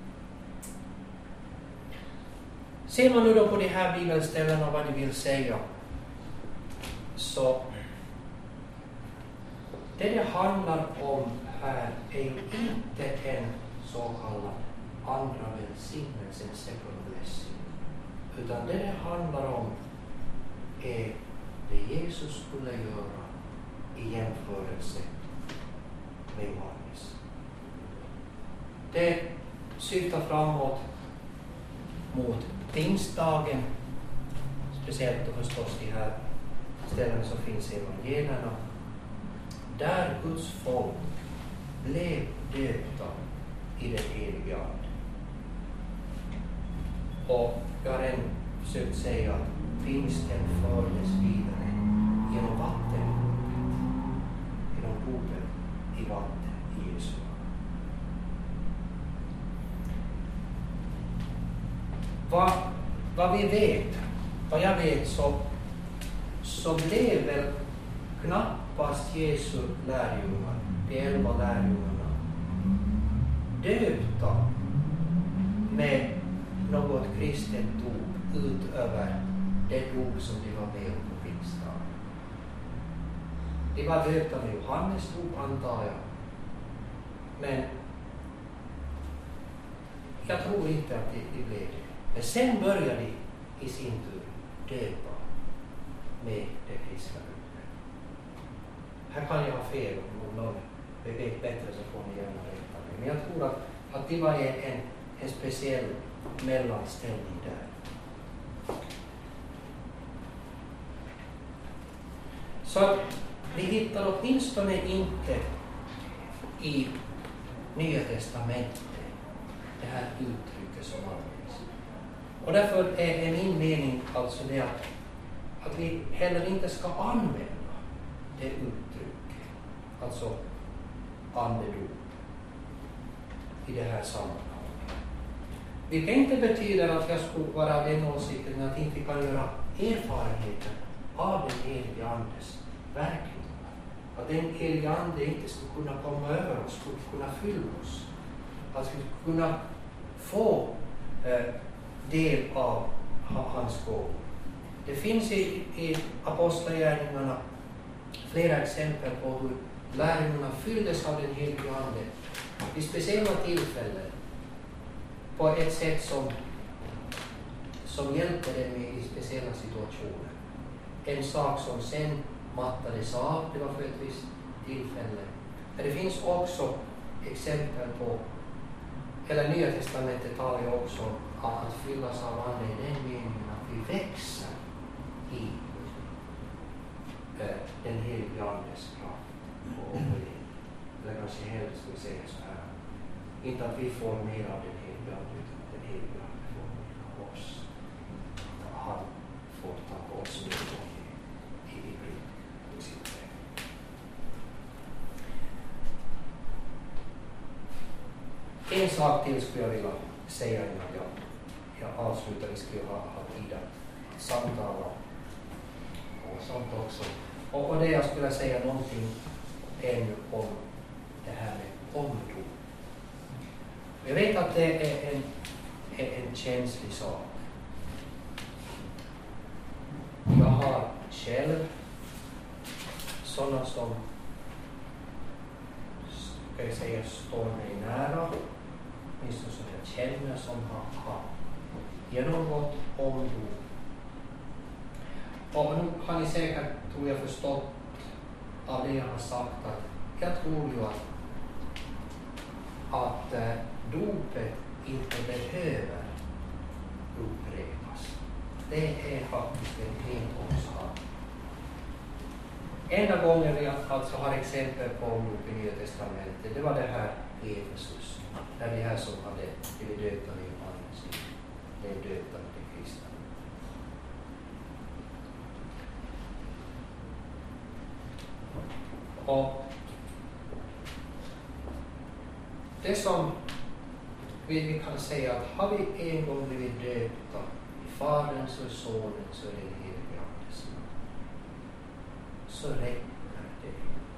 Ser man nu då på de här bibelställena vad de vill säga, så det handlar om här är inte en så kallad andra välsignelse, en second blessing. Utan det handlar om är det Jesus skulle göra i jämförelse med Johannes. Det syftar framåt mot pingstdagen, speciellt då förstås de här ställena som finns i evangelierna, där Guds folk blev döpta i den helige Ande. Och jag har redan försökt säga att pingsten fördes vidare genom dopet i vatten i Jesu namn. Vad jag vet så blev väl knappast Jesu lärjungar, de 11 lärjungarna, döpta med något kristet dop utöver det dop som de var med om på pingstdagen. De var döpta med Johannes dop, antar jag. Men jag tror inte att de blev det. Men sen började de i sin tur döpa med det kristna dopet. Här kan jag ha fel, om någon vet bättre så får ni gärna rätta mig. Men jag tror att det var en speciell mellanställning där. Så att vi hittar åtminstone inte i Nya testamentet det här uttrycket som används. Och därför är min mening alltså det att vi heller inte ska använda det uttrycket, alltså andedop, i det här sammanhanget. Vilket inte betyder att jag skulle vara den åsikten att inte vi kan göra erfarenheter av den helige Andes verkningar. Att den helige Ande inte skulle kunna komma över oss, skulle kunna fylla oss. Att vi skulle kunna få del av hans gåvor. Det finns i apostlagärningarna flera exempel på hur lärjungarna fylldes av den helige Ande vid speciella tillfällen på ett sätt som hjälpte dem i speciella situationer. En sak som sen mattades av, det var för ett visst tillfälle. Men det finns också exempel på, eller Nya testamentet talar ju också om att fyllas av Ande i den meningen att vi växer i den helige Andes kraft och omgivning. Eller kanske hellre skulle säga så här. Inte att vi får mer av den helige Ande, utan den helige Ande får mer av oss. Han får ta på oss mer i sitt väg. En sak till skulle jag vilja säga innan jag avslutar. Vi skulle ha tid att samtala och sånt också. Och det jag skulle säga någonting ännu om det här med omdop. Jag vet att det är en känslig sak. Jag har själv sådana som ska jag säga står mig nära, åtminstone som jag känner som har genomgått omdop. Och nu har ni säkert, tror jag, förstått av det jag har sagt att jag tror ju att dopet inte behöver upprepas. Det är faktiskt en engångshandling. Enda gången vi alltså har exempel på omdop i Nya testamentet, det var det här i Efesus, där vi här som hade blivit döpta med Johannes, det är döpta med det kristna. Och det som vi kan säga att har vi en gång blivit döpta i Faderns och Sonens och den helige Andes namn, så räcker det.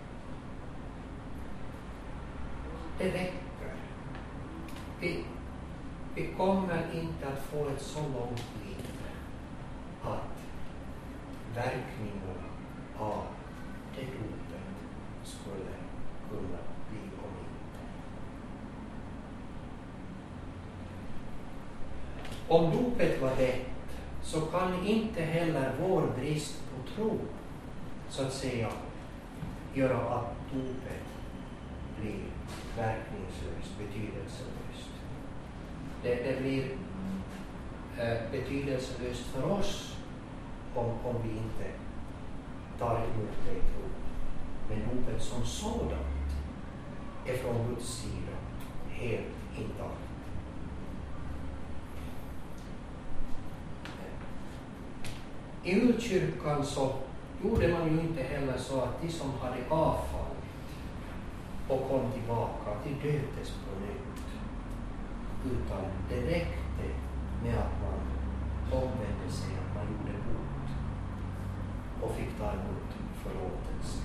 Det räcker. Vi kommer inte att få ett så långt liv att verkningarna av det dopet skulle kunna bli om inte. Om dopet var rätt så kan inte heller vår brist på tro så att säga göra att dopet blir verkningslöst, betydelselöst. Det blir betydelselöst för oss om vi inte tar emot det i tro. Men dopet som sådant är från Guds sida helt intakt. I urkyrkan så gjorde man ju inte heller så att de som hade avfallit och kom tillbaka, de döptes på nytt. Utan det räckte med att man omvände sig, att man gjorde bot och fick ta emot förlåtelse.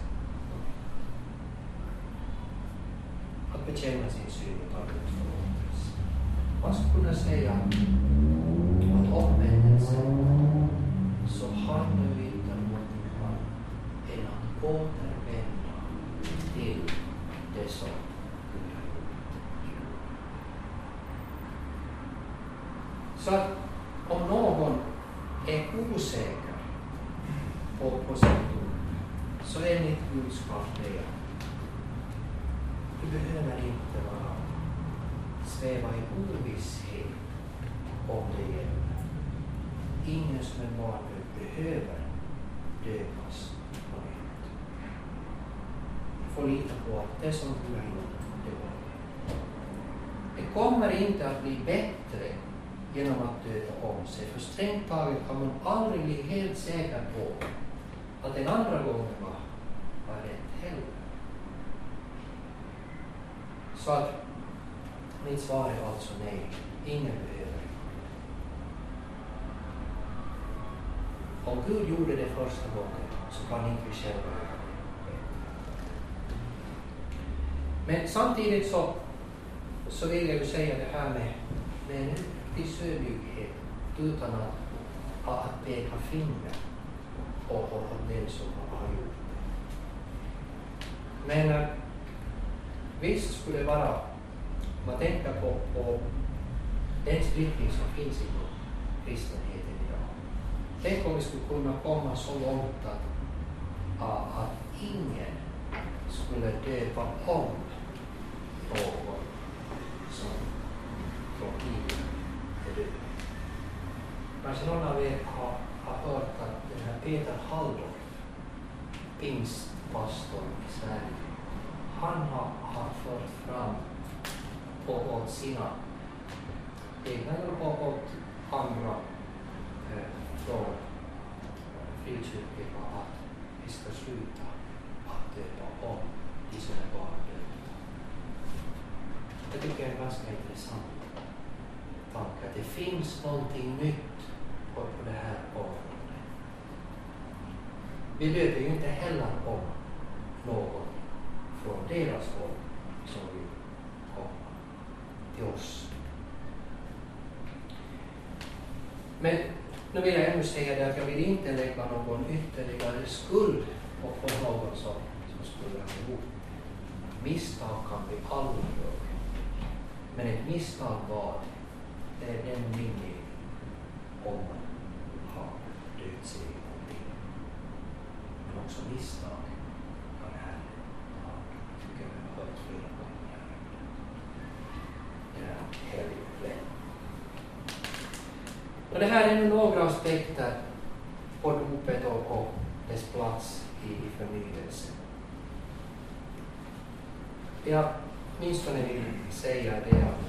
Att bekänna sin synd och ta emot förlåtelse. Man skulle kunna säga att omvändelse så handlar vi inte om någonting annat än att återvända till det som Gud har gjort. Så att om någon är osäker på sin tro, så är mitt budskap det att du behöver inte vara sväva i ovisshet om det gäller. Ingen som är barn behöver döpas på nytt. Du får lita på att det som du har gjort, det var det. Det kommer inte att bli bättre genom att döpa om sig. För strängt taget kan man aldrig bli helt säker på att den andra gången var rätt heller. Så att mitt svar är alltså nej. Ingen behöver. Om Gud gjorde det första gången så kan inte vi själva göra det. Men samtidigt så vill jag ju säga det här med en viss ödmjukhet utan att peka finger och den som har gjort det. Men visst skulle det vara, man tänker på den splittring som finns i kristenheten idag. Tänk om vi skulle kunna komma så långt att ingen skulle döpa om någon som från livet är död. Kanske någon av er har hört att den här Peter Halldorf, pingstpastorn i Sverige, han har fört fram åt sina egna och åt andra från frikyrkliga att vi ska sluta att döpa om de som är barn döda. Jag tycker det är en ganska intressant tanke att det finns någonting nytt på det här området. Vi döper ju inte heller om någon från deras håll som vill komma till oss. Men nu vill jag ännu säga det att jag vill inte lägga någon ytterligare skuld på någon som skulle ha gjort. Misstag kan vi alla göra. Men ett misstag var det är den linjen om man har döpt sig i någonting. Men också misstag kan det här ha. Jag tycker jag har hört flera gånger. Det är heligt lätt. Och det här är nu några aspekter på dopet och dess plats i förnyelsen. Jag åtminstone vill säga det att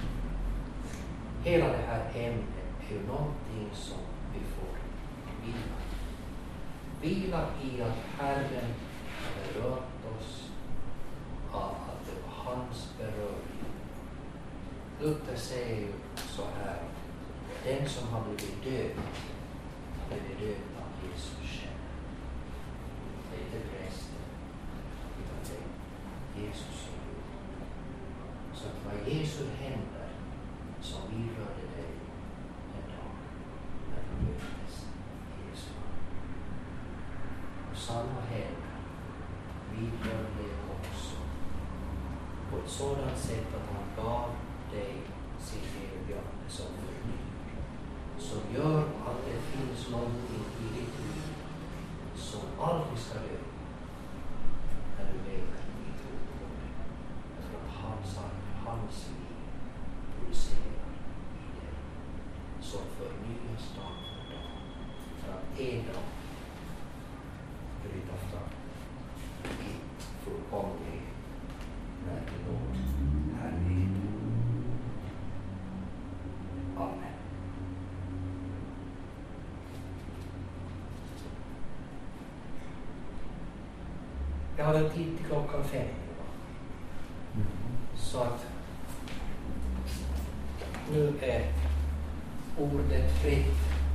hela det här ämnet är ju någonting som vi får vila. Vila i att Herren har berört oss, att det var hans beröring. Luther säger ju så här: den som har blivit döpt har blivit döpt av Jesus själv. Det är inte prästen, utan det är Jesus som gjorde. Så att det var Jesu händer som vidrörde dig en dag när du döptes i Jesu namn. Och samma händer vidrörde dig också på ett sådant sätt att han gav dig sitt erbjudande som förnyelse. som gör att det finns någonting i ditt liv som aldrig ska dö när du lever i tro på det. För att hans liv pulserar i dig som förnyas dag för dag för att en dag bryta fram i fullkomlighet när du når härlighet. Amen. Jag har en tid till klockan 5. Så att nu är ordet fritt.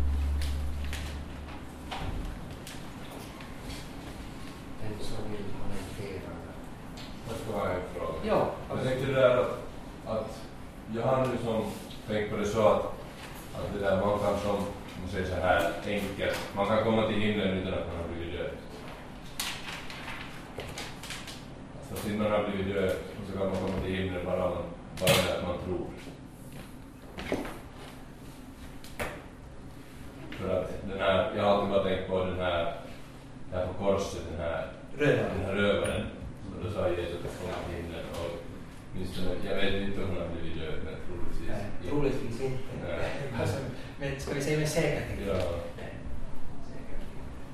Den som vill kommentera. Jag ska ha en fråga. Ja. Jag tänkte det där att jag har nu som tänkt på det så att det där man kan som man säger så här enkelt, man kan komma till himlen utan att man har blivit död. Alltså när man har blivit död och så kan man komma till himlen bara det att man tror. För att den här, jag har alltid bara tänkt på den här på korset, den här rövaren. Så då sa Jesus att komma till himlen och jag vet inte om hon har blivit död, men troligtvis. Nej, troligtvis inte. Alltså, men ska vi säga med säkerhet? Ja. Nej, säkert.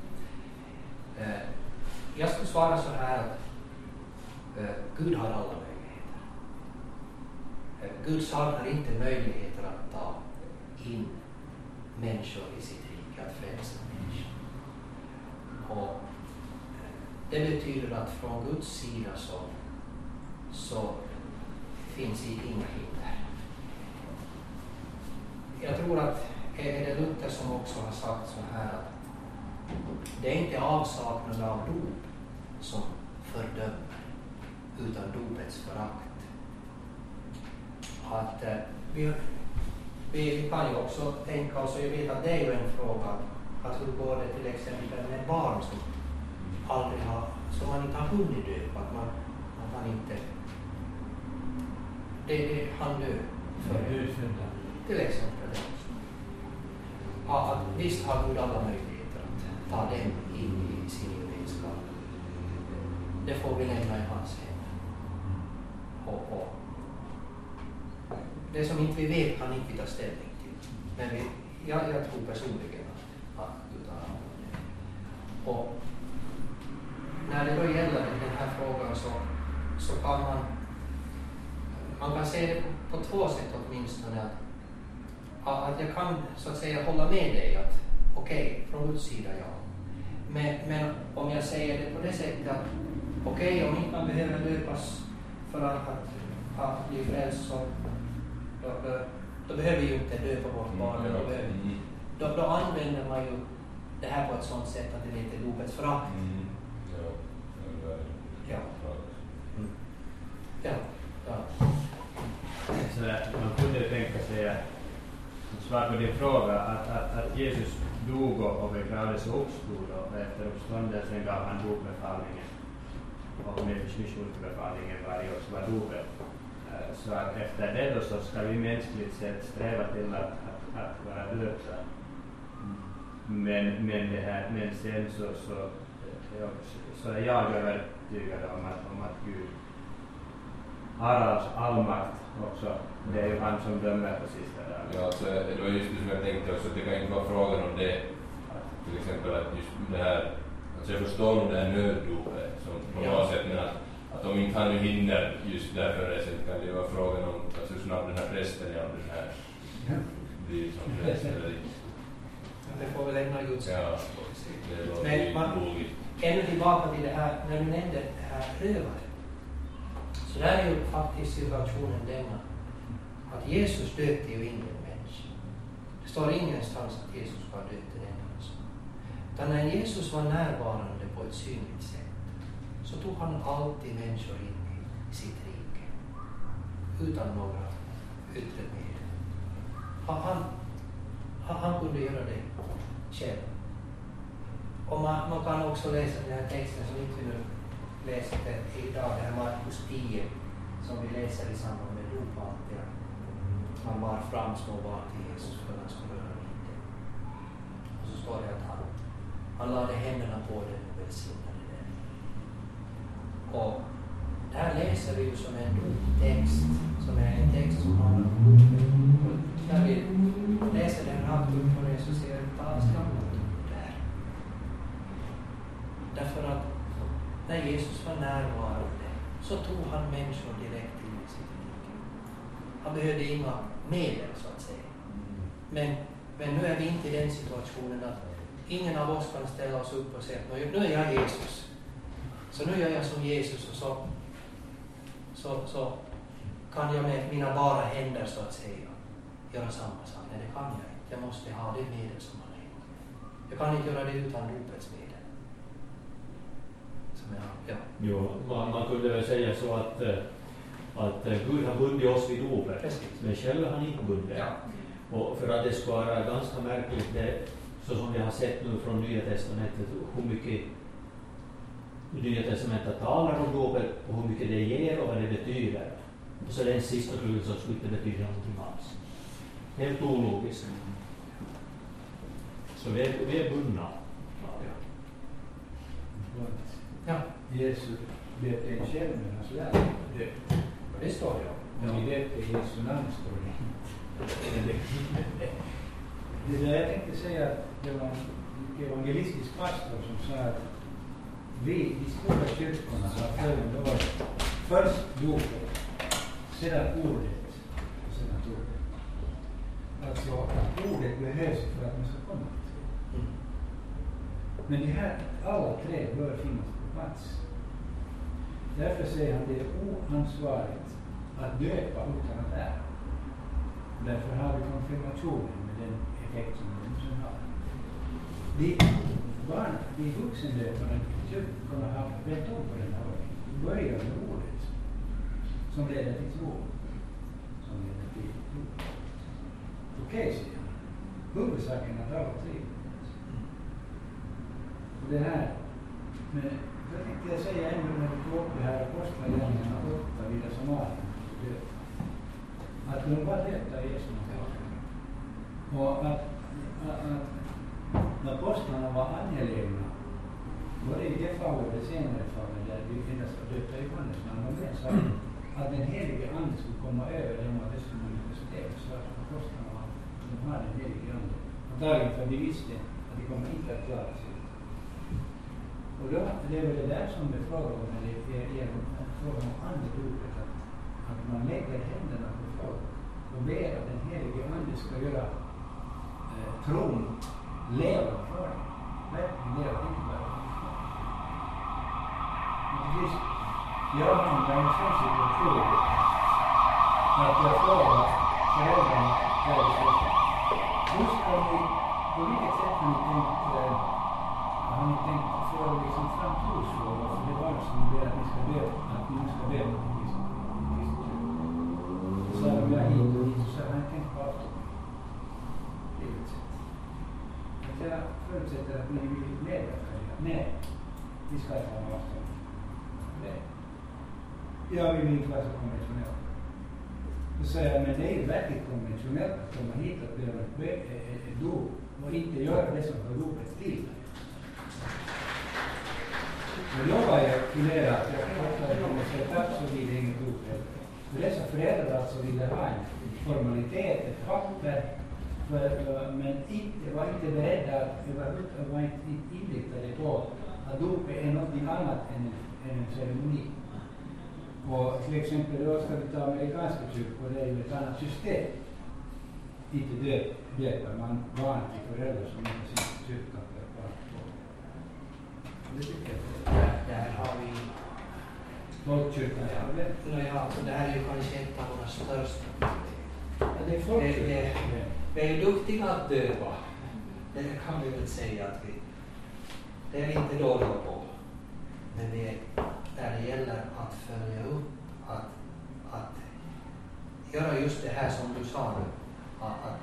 Jag skulle svara så här att Gud har alla möjligheter. Gud saknar inte möjligheter att ta in människor i sitt rike, att frälsa människor. Och det betyder att från Guds sida så finns inga hinder. Jag tror att är det Luther som också har sagt så här att det är inte avsaknaden av dop som fördömer utan dopets förakt. Att vi kan ju också tänka oss, och jag vet att det är ju en fråga, att hur går det till exempel med barn som aldrig har, som man inte har hunnit döpa, att man inte det han dö för till exempel. Ja, att visst har Gud alla möjligheter att ta dem in i sin gemenskap. Det får vi lämna i hans händer. Och det som inte vi vet kan inte vi ta ställning till. Men jag tror personligen att Gud har alla möjligheter. Och när det då gäller den här frågan så kan man kan se det på två sätt åtminstone. Att jag kan så att säga hålla med dig att okej, från Guds sida ja. Men om jag säger det på det sättet att okej, om inte man behöver döpas för att bli frälst så då behöver vi ju inte döpa vårt barn. Då använder man ju det här på ett sådant sätt att det är lite dopets förakt. Så man kunde tänka sig att svar på din fråga att Jesus dog och begravdes och uppstod och efter uppståndelsen gav han dopbefallningen och med missionsbefallningen varje år så var dopet. Så att efter det då så ska vi mänskligt sett sträva till att vara döpta. Men sen så är jag övertygad om att Gud har all makt också. Det är ju han som dömer på sista dagen. Ja, alltså, det var just det som jag tänkte också, att det kan inte vara frågan om det. Att, till exempel att just det här, alltså jag förstår nog det här nöddopet som på något sätt, men att om inte han nu hinner just därför det så kan det vara frågan om alltså, hur snabbt den här prästen är om den här blir som präst eller inte. Det får vi lämna Guds. Ja, men ännu tillbaka till det här, när du nämnde det här rövare. Så där är ju faktiskt situationen denna att Jesus döpte ju ingen människa. Det står ingenstans att Jesus var döpt en enda. Utan när Jesus var närvarande på ett synligt sätt så tog han alltid människor in i sitt rike utan några yttre medel. Han kunde göra det själv. Och man kan också läsa den här texten som inte nu läste idag, det här Markus 10 som vi läser i samband med dopet. Han bar fram små barn till Jesus för att han skulle röra vid så står det att han lade händerna på den och välsignade den. Och där läser vi ju som en text, som är en text som handlar om dopet. Och när vi läser den rakt upp på det så ser vi inte alls gamla där. Därför att när Jesus var närvarande så tog han människor direkt in i sitt rike. Han behövde inga medel så att säga. Men nu är vi inte i den situationen att ingen av oss kan ställa oss upp och säga att nu är jag Jesus. Så nu gör jag som Jesus och så kan jag med mina bara händer så att säga göra samma sak. Nej, det kan jag inte. Jag måste ha det medel som han är. Jag kan inte göra det utan dopets medel. Ja. Jo, man kunde väl säga så att Gud har bundit oss vid dopet, men själv har han inte bundit. Ja. Och för att det ska vara ganska märkligt, det, så som vi har sett nu från Nya Testamentet, hur mycket Nya Testamentet talar om dopet och hur mycket det ger och vad det betyder. Och så den sista grunden som skulle inte betyda någonting alls. Helt ologiskt. Så vi är bundna. Ja. Jesus döpte en själv med hans lärare. Det står det. Och vi döpte Jesu namn, står det. Det där jag tänkte säga att det var en evangelistisk pastor som sa att vi i stora kyrkorna har följande år först dopet, sedan ordet och sedan dopet. Alltså att ordet behövs för att man ska komma till tro. Men det här, alla tre bör finnas på plats. Därför säger han att det är oansvarigt att döpa utan att lära. Därför har vi konfirmationen med den effekt som den har. Vi vuxendöparna kyrkorna har vänt om på den här ordningen. Vi börjar med ordet som leder till tro. Som leder till tro. Okej, säger han. Huvudsaken är att alla tre. Och det här, men jag tänkte jag säga ändå när vi tog upp det här apostlagärningarna 8 vid Samarien. Att de var döpta i Jesu namn. Och att apostlarna var angelägna, både i det fallet och det senare fallet där vi endast var döpta i Johannes namn, och det sa att den helige ande skulle komma över dem och det skulle manifesteras. Så att apostlarna de har den helige ande. Och dagen för de visste att de kommer inte att klara sig. Och då det är det där som är frågan om när det är frågan om andedopet, att man lägger händerna på folk och ber att den helige ande ska göra tron leva för dem. Verkligen leva, inte bara. Jag har en sån situation att jag frågar föräldrarna där i skolan. Hur ska ni, på vilket sätt har ni tänkt få liksom fram trosfrågor för det var som ber att ni ska be, att ni ska be om Kristus. Så sa de jag hit och hit, så har jag tänkt på avstånd. Livets sätt. Att jag förutsätter att ni vill medverka. Nej, vi ska ta en avstånd. Nej. Jag vill inte vara så konventionell. Då säger jag, men det är verkligen konventionellt att komma hit och be ett dop och inte göra det som har dopet till. Men då var jag funderad att jag kommer att sätta upp så vid det inget dop. För dessa föräldrar alltså ville ha en formalitet, ett papper, men var inte beredda att var inte inriktade på att dopet är något annat än en ceremoni. Och till exempel då ska vi ta amerikanska kyrkor, det är ju ett annat system. Inte döper man barn till föräldrar som inte sitter i kyrkan för barn. Det tycker jag. Där har vi Folkkyrkan, ja, så det här är ju kanske ett av våra största problem. det är folkkyrkan. Vi är ju duktiga att döpa. Det kan vi väl säga att vi... Det är vi inte dåliga på. Men det är där det gäller att följa upp, att göra just det här som du sa nu. Att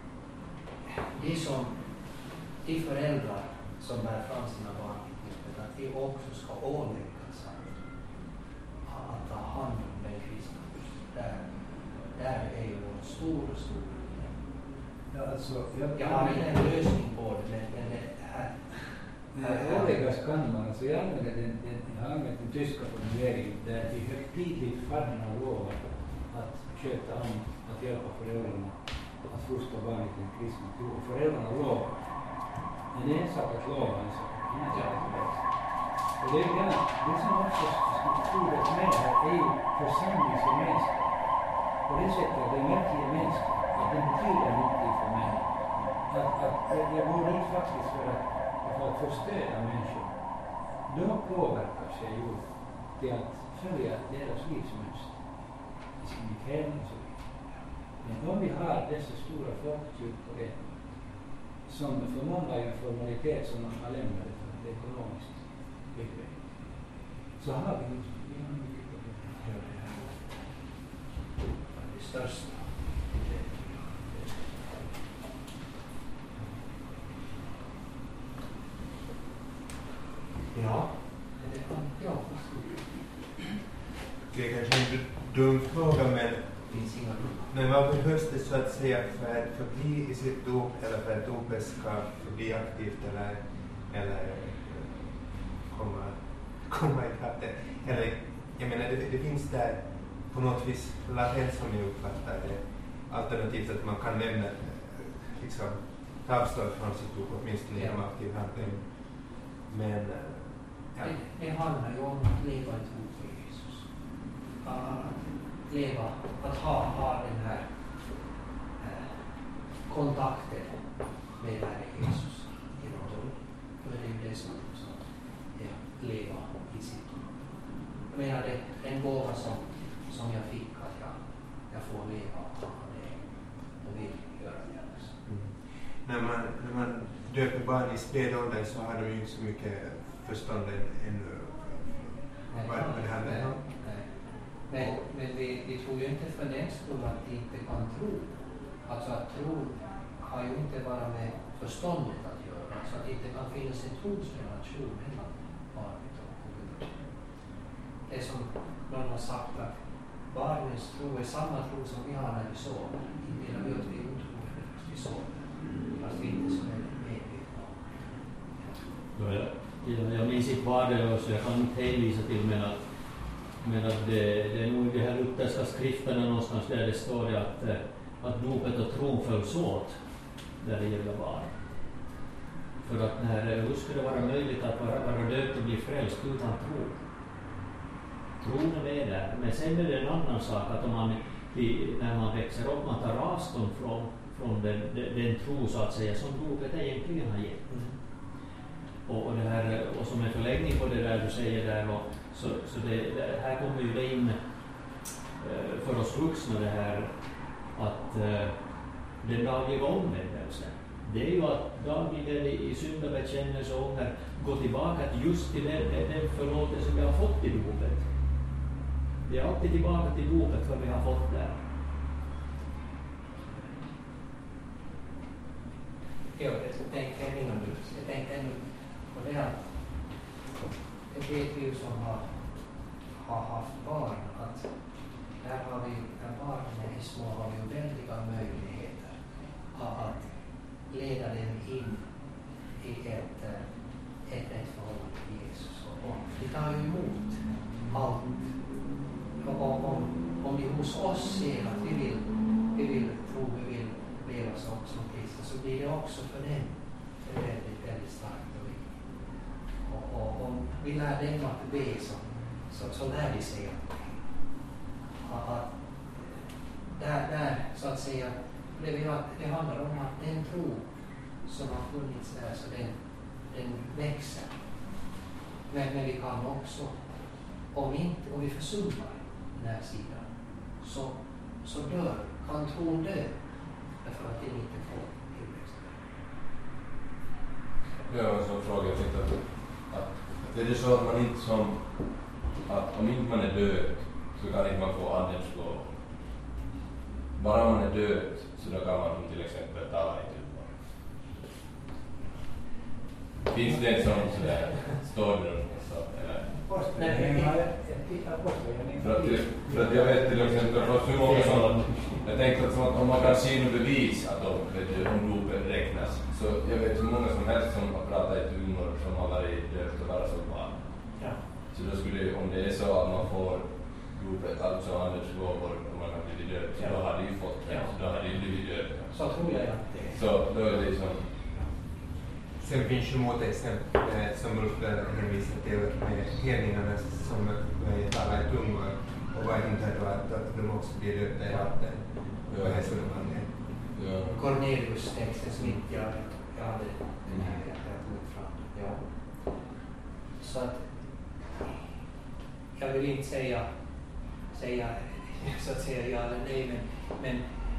de föräldrar som bär fram sina barn i dopet, att de också ska åläggas att ta hand om den kristna. Där är ju vårt stora problem. Ja, alltså, jag har ingen lösning på det, men det här... Åläggas kan man, alltså jag har använt den tyska formuleringen där de högtidligt farna lovar att sköta om, att hjälpa föräldrarna att fostra barnet till en kristen tro. Föräldrarna lovar. Men det är en sak att lova, en sak att läsa. Och det är det som också ordet med här är ju församlingsgemenskap. På det sättet att det är verklig gemenskap, att det betyder någonting för mig. Att jag går dit faktiskt för att få stöd av människor. De påverkar sig ju till att följa deras livsmönster i sin beklädning och så vidare. Men om vi har dessa stora folkkyrkor som för många är en formalitet som man har lämnat för det ekonomiskt bekvämt, så har vi mycket problem. Det största. Ja. Det är kanske en dum fråga, men vad behövs det så att säga för att förbli i sitt dop, eller för att dopet ska förbli aktivt eller komma ikapp det? Eller, jag menar, det finns där på något vis latent som jag uppfattar det, alternativt att man kan lämna liksom avstånd från sitt dop åtminstone genom aktiv handling. Men det handlar ju om att leva i tro på Jesus. Att ha den här kontakten med Herre Jesus genom tro. Då är det ju det som är att leva i sitt tro. Jag menar, det är en gåva som jag fick, att jag får leva av det och vill göra det också. När man döper barn i spädåldern så har de ju inte så mycket förstånd ännu vad det handlar om. Men vi tror ju inte för den skull att de inte kan tro. Alltså att tro har ju inte bara med förståndet att göra. Alltså att det inte kan finnas en trosrelation mellan barnet och Gud. Det är som någon har sagt att barnens tro är samma tro som vi har när vi sover. Inte när vi att vi är otroliga när vi sover. Fast vi inte så väldigt medvetna om. Jag minns inte vad det var, så jag kan inte hänvisa till, men att det är nog i de här lutherska skrifterna någonstans där det står det att dopet och tron följs åt när det gäller barn. För att hur skulle det vara möjligt att vara döpt och bli frälst utan tro? Tron är med där, men sen är det en annan sak att när man växer upp, man tar avstånd från den tro så att säga som dopet egentligen har gett. Och som en förläggning på det där du säger där, så det här kommer ju det in för oss vuxna det här att den dagliga omvändelsen, det är ju att dagligen i syndabekännelse och ånger gå tillbaka just till den förlåtelse som vi har fått i dopet. Det är alltid tillbaka till dopet vad vi har fått där. Jag tänker ännu på det att det vet vi ju som har haft barn, att när barnen är små har vi ju väldiga möjligheter att leda dem in i ett förhållande till Jesus. Och vi tar ju emot allt. Om vi hos oss ser att vi vill tro, vi vill leva som kristna, så blir det också för dem väldigt, väldigt starkt och viktigt. Och om vi lär dem att be så lär de sig att där så att säga, det handlar om att den tro som har funnits där, så den växer. Men vi kan också, om vi försummar den här sidan, så kan tron dö därför att det inte får tillväxt. Jag har en sån fråga, jag tänkte att är det så att man inte att om inte man är död så kan inte man få andens lov. Bara man är död så då kan man till exempel tala i tummar. Finns det en sån sådär, står det någonstans eller? Apostlagärningarna. För att jag vet till exempel, för hur många sådana Jag tänkte att om man kan se något bevis att om dopet räknas, så jag vet så många som helst som har pratat i tungor som har varit döpt och bara som barn. Ja. Så då skulle, om det är så att man får dopet, alltså Anders gåvor, om man kan bli döpt, så då har de ju fått det, så då har de blivit döpta. Så tror jag att det är. Så då är det som... Sen finns ju motexempel som Ulf hänvisar till med hedningarna som talar i tungor och vad hindrar då att de också blir döpta i vatten. Vad är så man är? Ja. Cornelius texten som inte jag hade den här jag tog fram. Ja. Så att jag vill inte säga så att säga ja eller nej, men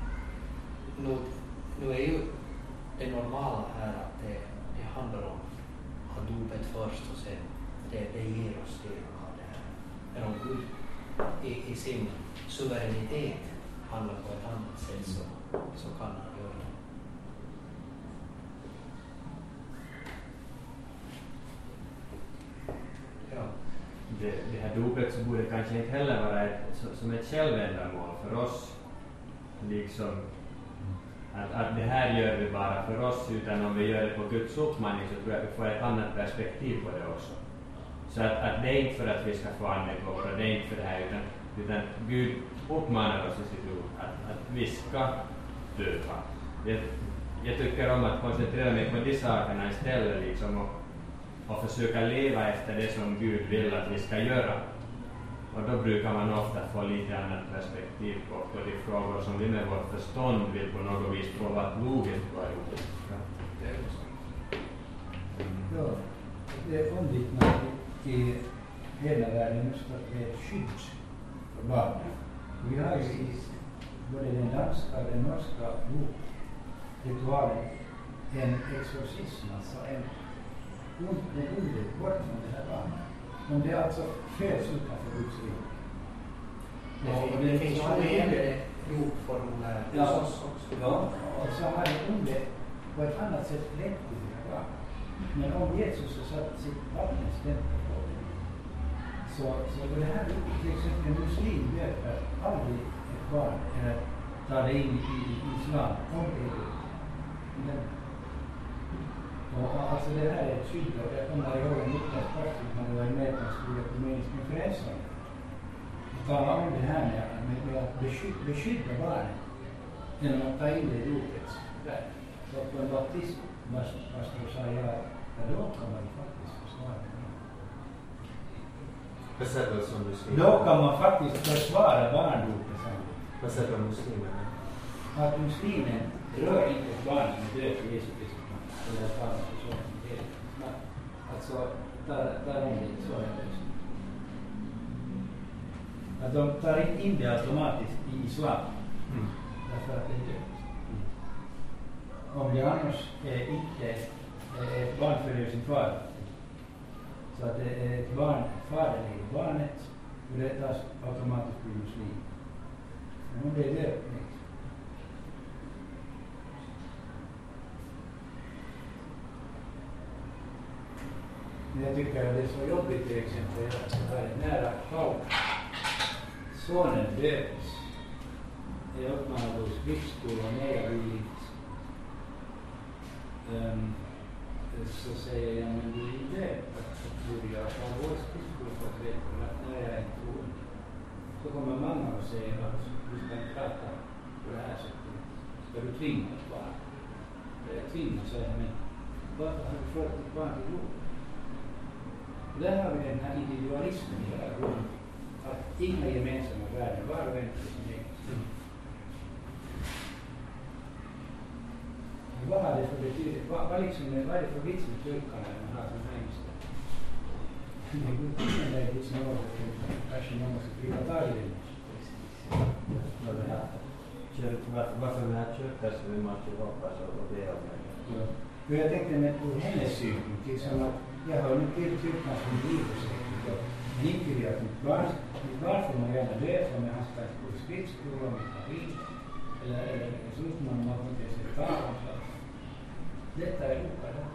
nu är ju det normala här att det handlar om att dopet först och sen det ger oss det av det här. Men om Gud i sin suveränitet handlar på ett annat sätt så kan han göra det. Ja. Det här dopet så borde kanske inte heller vara som ett självändamål för oss. Liksom att det här gör vi bara för oss, utan om vi gör det på Guds uppmaning så tror jag att vi får ett annat perspektiv på det också. Så att det är inte för att vi ska få andegåvor, det är inte för det här, utan Gud uppmanar oss i sitt ord att vi ska döpa. Jag tycker om att koncentrera mig på de sakerna istället liksom, och försöka leva efter det som Gud vill att vi ska göra. Och då brukar man ofta få lite annat perspektiv på de frågor som vi med vårt förstånd vill på något vis prova att logiskt vara ihop. Ja, det är ju så. Ja, det är omvittnat i hela världen just att det är ett skydd för barnen. Vi har ju i både den danska och den norska ritualen en exorcism, alltså en ond bort från det här barnet. Om det alltså föds utanför Guds rike. Det finns ju mer dopformulär hos oss också. Ja, och så har det ondet på ett annat sätt lett till det här barnet. Men om Jesus har satt sitt vattnstämpel på det, så det här, till exempel en muslim döper aldrig ett barn eller tar det in i islam om det är det. Och alltså det här är ett skydd, och jag kommer ihåg en utgångspunkt när det var med på en stor ekumenisk konferens. Vi talar om det här med att beskydda barnet genom att ta in det i dopet. Så på en baptist, pastor sa då kan man faktiskt försvara det. Då kan man faktiskt försvara barndopet. Vad säger muslimerna? Att muslimen rör inte ett barn som är död för Jesus Kristus. Eller ett barn som är död. Alltså, där är det så. Att de tar inte in det automatiskt i islam. Därför att det är död. Om det annars inte ett barn följer sin far. Så att det är ett barn, fadern i barnet, och det tas automatiskt bli muslim. Men om det är död, nej. Jag tycker att det är så jobbigt till exempel att nära sonen döps. Jag uppmanar hos Biskskolan nära vid så säger jag, men du är döpt att börja från vår Biskskola för att veta att när jag är inte troende. Så kommer mamma och säger att du ska inte prata på det här sättet. Ska du tvinga ett barn? Jag tvingar, säger jag, men varför har du fört ett barn till jord? Och där har vi den här individualismen i hela grunden. Att inga gemensamma värden, var och en för sin egen. Vad har det för betydelse? Vad är det för vits med kyrkan när man har som hängste? Det är liksom något kanske man måste bygga tag i det. Varför vi har kyrkan så vi måste hoppas och be om det. Jag tänkte med på hennes synpunkt, liksom att jag har nu till kyrkan som livet men inte vill att mitt barn får man gärna dö om jag har ställt på spritskola med paris eller så att man inte ser tal. Detta är oklar.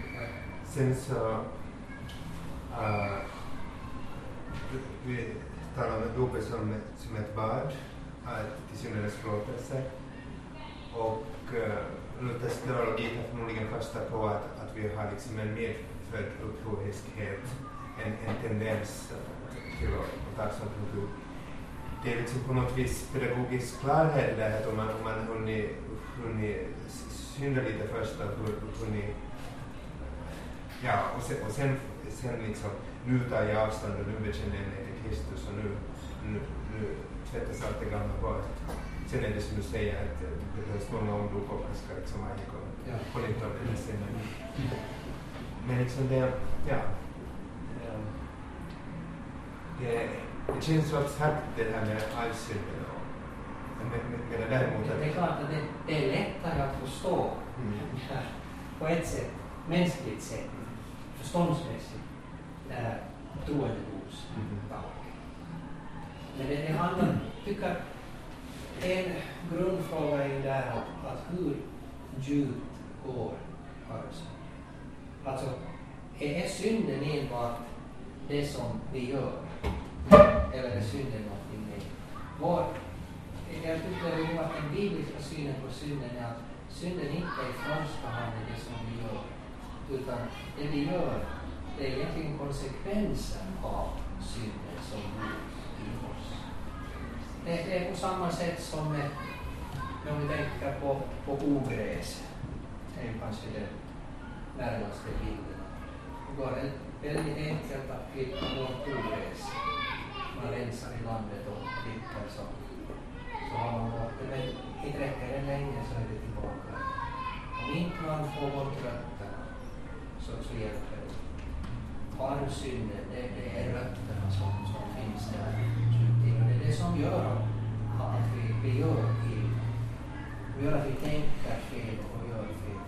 Sen så talar om dopet som ett bad till syndernas förlåtelse. Och Luthers teologi tar förmodligen fasta på att vi har liksom en medfödd upproriskhet, en tendens till att ta sånt uppror. Det är liksom på något vis pedagogisk klarhet där att om man hunnit synda lite först och hunnit och sen liksom nu tar jag avstånd och nu bekänner jag mig till Kristus och nu tvättas allt det gamla bort. Sen är det som du säger att det behövs många omdop och man ska liksom på nytt av det sen. Men liksom det känns så abstrakt det här med arvsynden med det däremot att... Det är klart att det är lättare att förstå på ett sätt, mänskligt sätt, förståndsmässigt, troendeboks tanke. Men det handlar, tycker en grundfråga är ju där att hur djupt går arvsynden. Alltså, är synden enbart det som vi gör? Eller är synden någonting mer? Jag tycker nog att den bibliska synen på synden är att synden inte i första hand är det som vi gör. Utan det vi gör, det är egentligen konsekvensen av synden som bor i oss. Det är på samma sätt som när vi tänker på ogräs. Det är kanske den närmaste bilden. Det går väldigt enkelt att klippa bort ogräs. Man rensar i landet och klipper så har man bort det. Men inte räcker det länge så är det tillbaka. Om inte man får bort rötterna så hjälper det. Arvsynden, det är rötterna som finns där. Och det är det som gör att vi gör fel. Det gör att vi tänker fel och gör fel.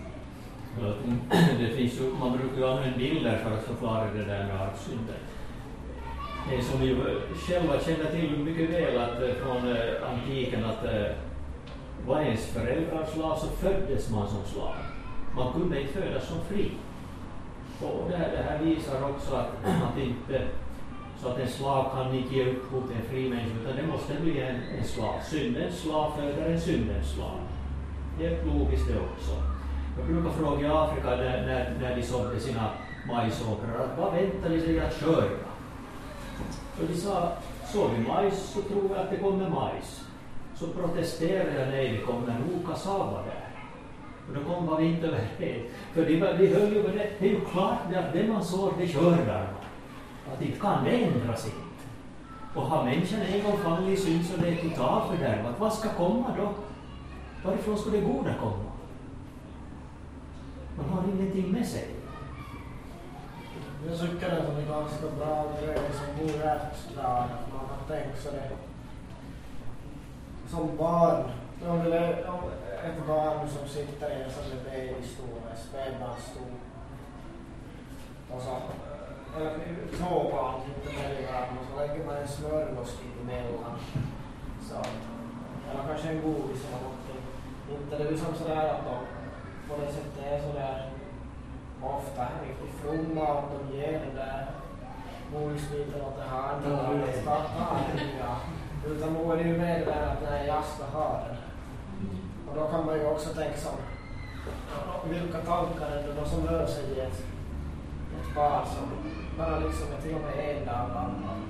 Det finns ju, man brukar ju använda bilder för att förklara det där med arvsynden. Det är som vi själva känner till mycket väl att från antiken att var ens föräldrar slav så föddes man som slav. Man kunde inte födas som fri. Och det här visar också att inte så att en slav kan inte ge upphov till en fri människa utan det måste bli en slav. Syndens slav föder en syndens slav. Det är logiskt det också. Jag brukar fråga i Afrika när de sådde sina majsåkrar att vad väntar ni sig att skörda? Och de sa, så vi majs så tror vi att det kommer majs. Så protesterade jag, nej det kommer nog kassava där. Och då kom vi inte överens. För vi höll ju med det. Det är ju klart att det man sår det skördar man. Att det kan det ändras inte. Och har människan en gång fallit i synd så det är totalt fördärvat. Vad ska komma då? Varifrån ska det goda komma? Man har ingenting med sig. Jag tycker att det är ganska bra grej som bor eftersträva. Man har tänkt sig det som barn. Om det är ett barn som sitter i en sån där babystol, en spädbarnstol. Och så, eller två barn sitter med i världen och så lägger man en smörgås emellan. Så, eller kanske en godis eller någonting. Inte det är liksom sådär att de på det sättet är sådär ofta riktigt fromma och de ger den där godisbiten åt det här och det ska ta den. Utan då är det ju med det där att nej, jag ska ha den. Och då kan man ju också tänka som vilka tankar är det då som rör sig i ett barn som bara liksom är till och med en dag annat.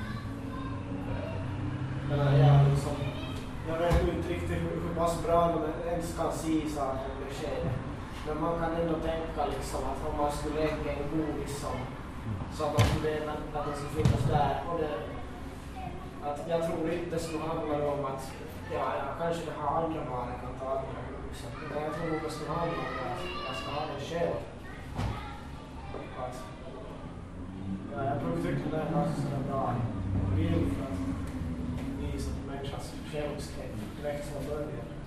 Jag vet inte riktigt hur pass bra man ens kan se saker och det sker. Men man kan ändå tänka liksom att om man skulle lägga en godis så att man skulle veta att den skulle finnas där. Och det, att jag tror inte det skulle handla om att jag kanske har andra varor kan ta den här godisen. Men jag tror det skulle handla om att jag ska ha den själv. Jag tror tycker det är ganska bra bild för att visa människans självskräck direkt från början.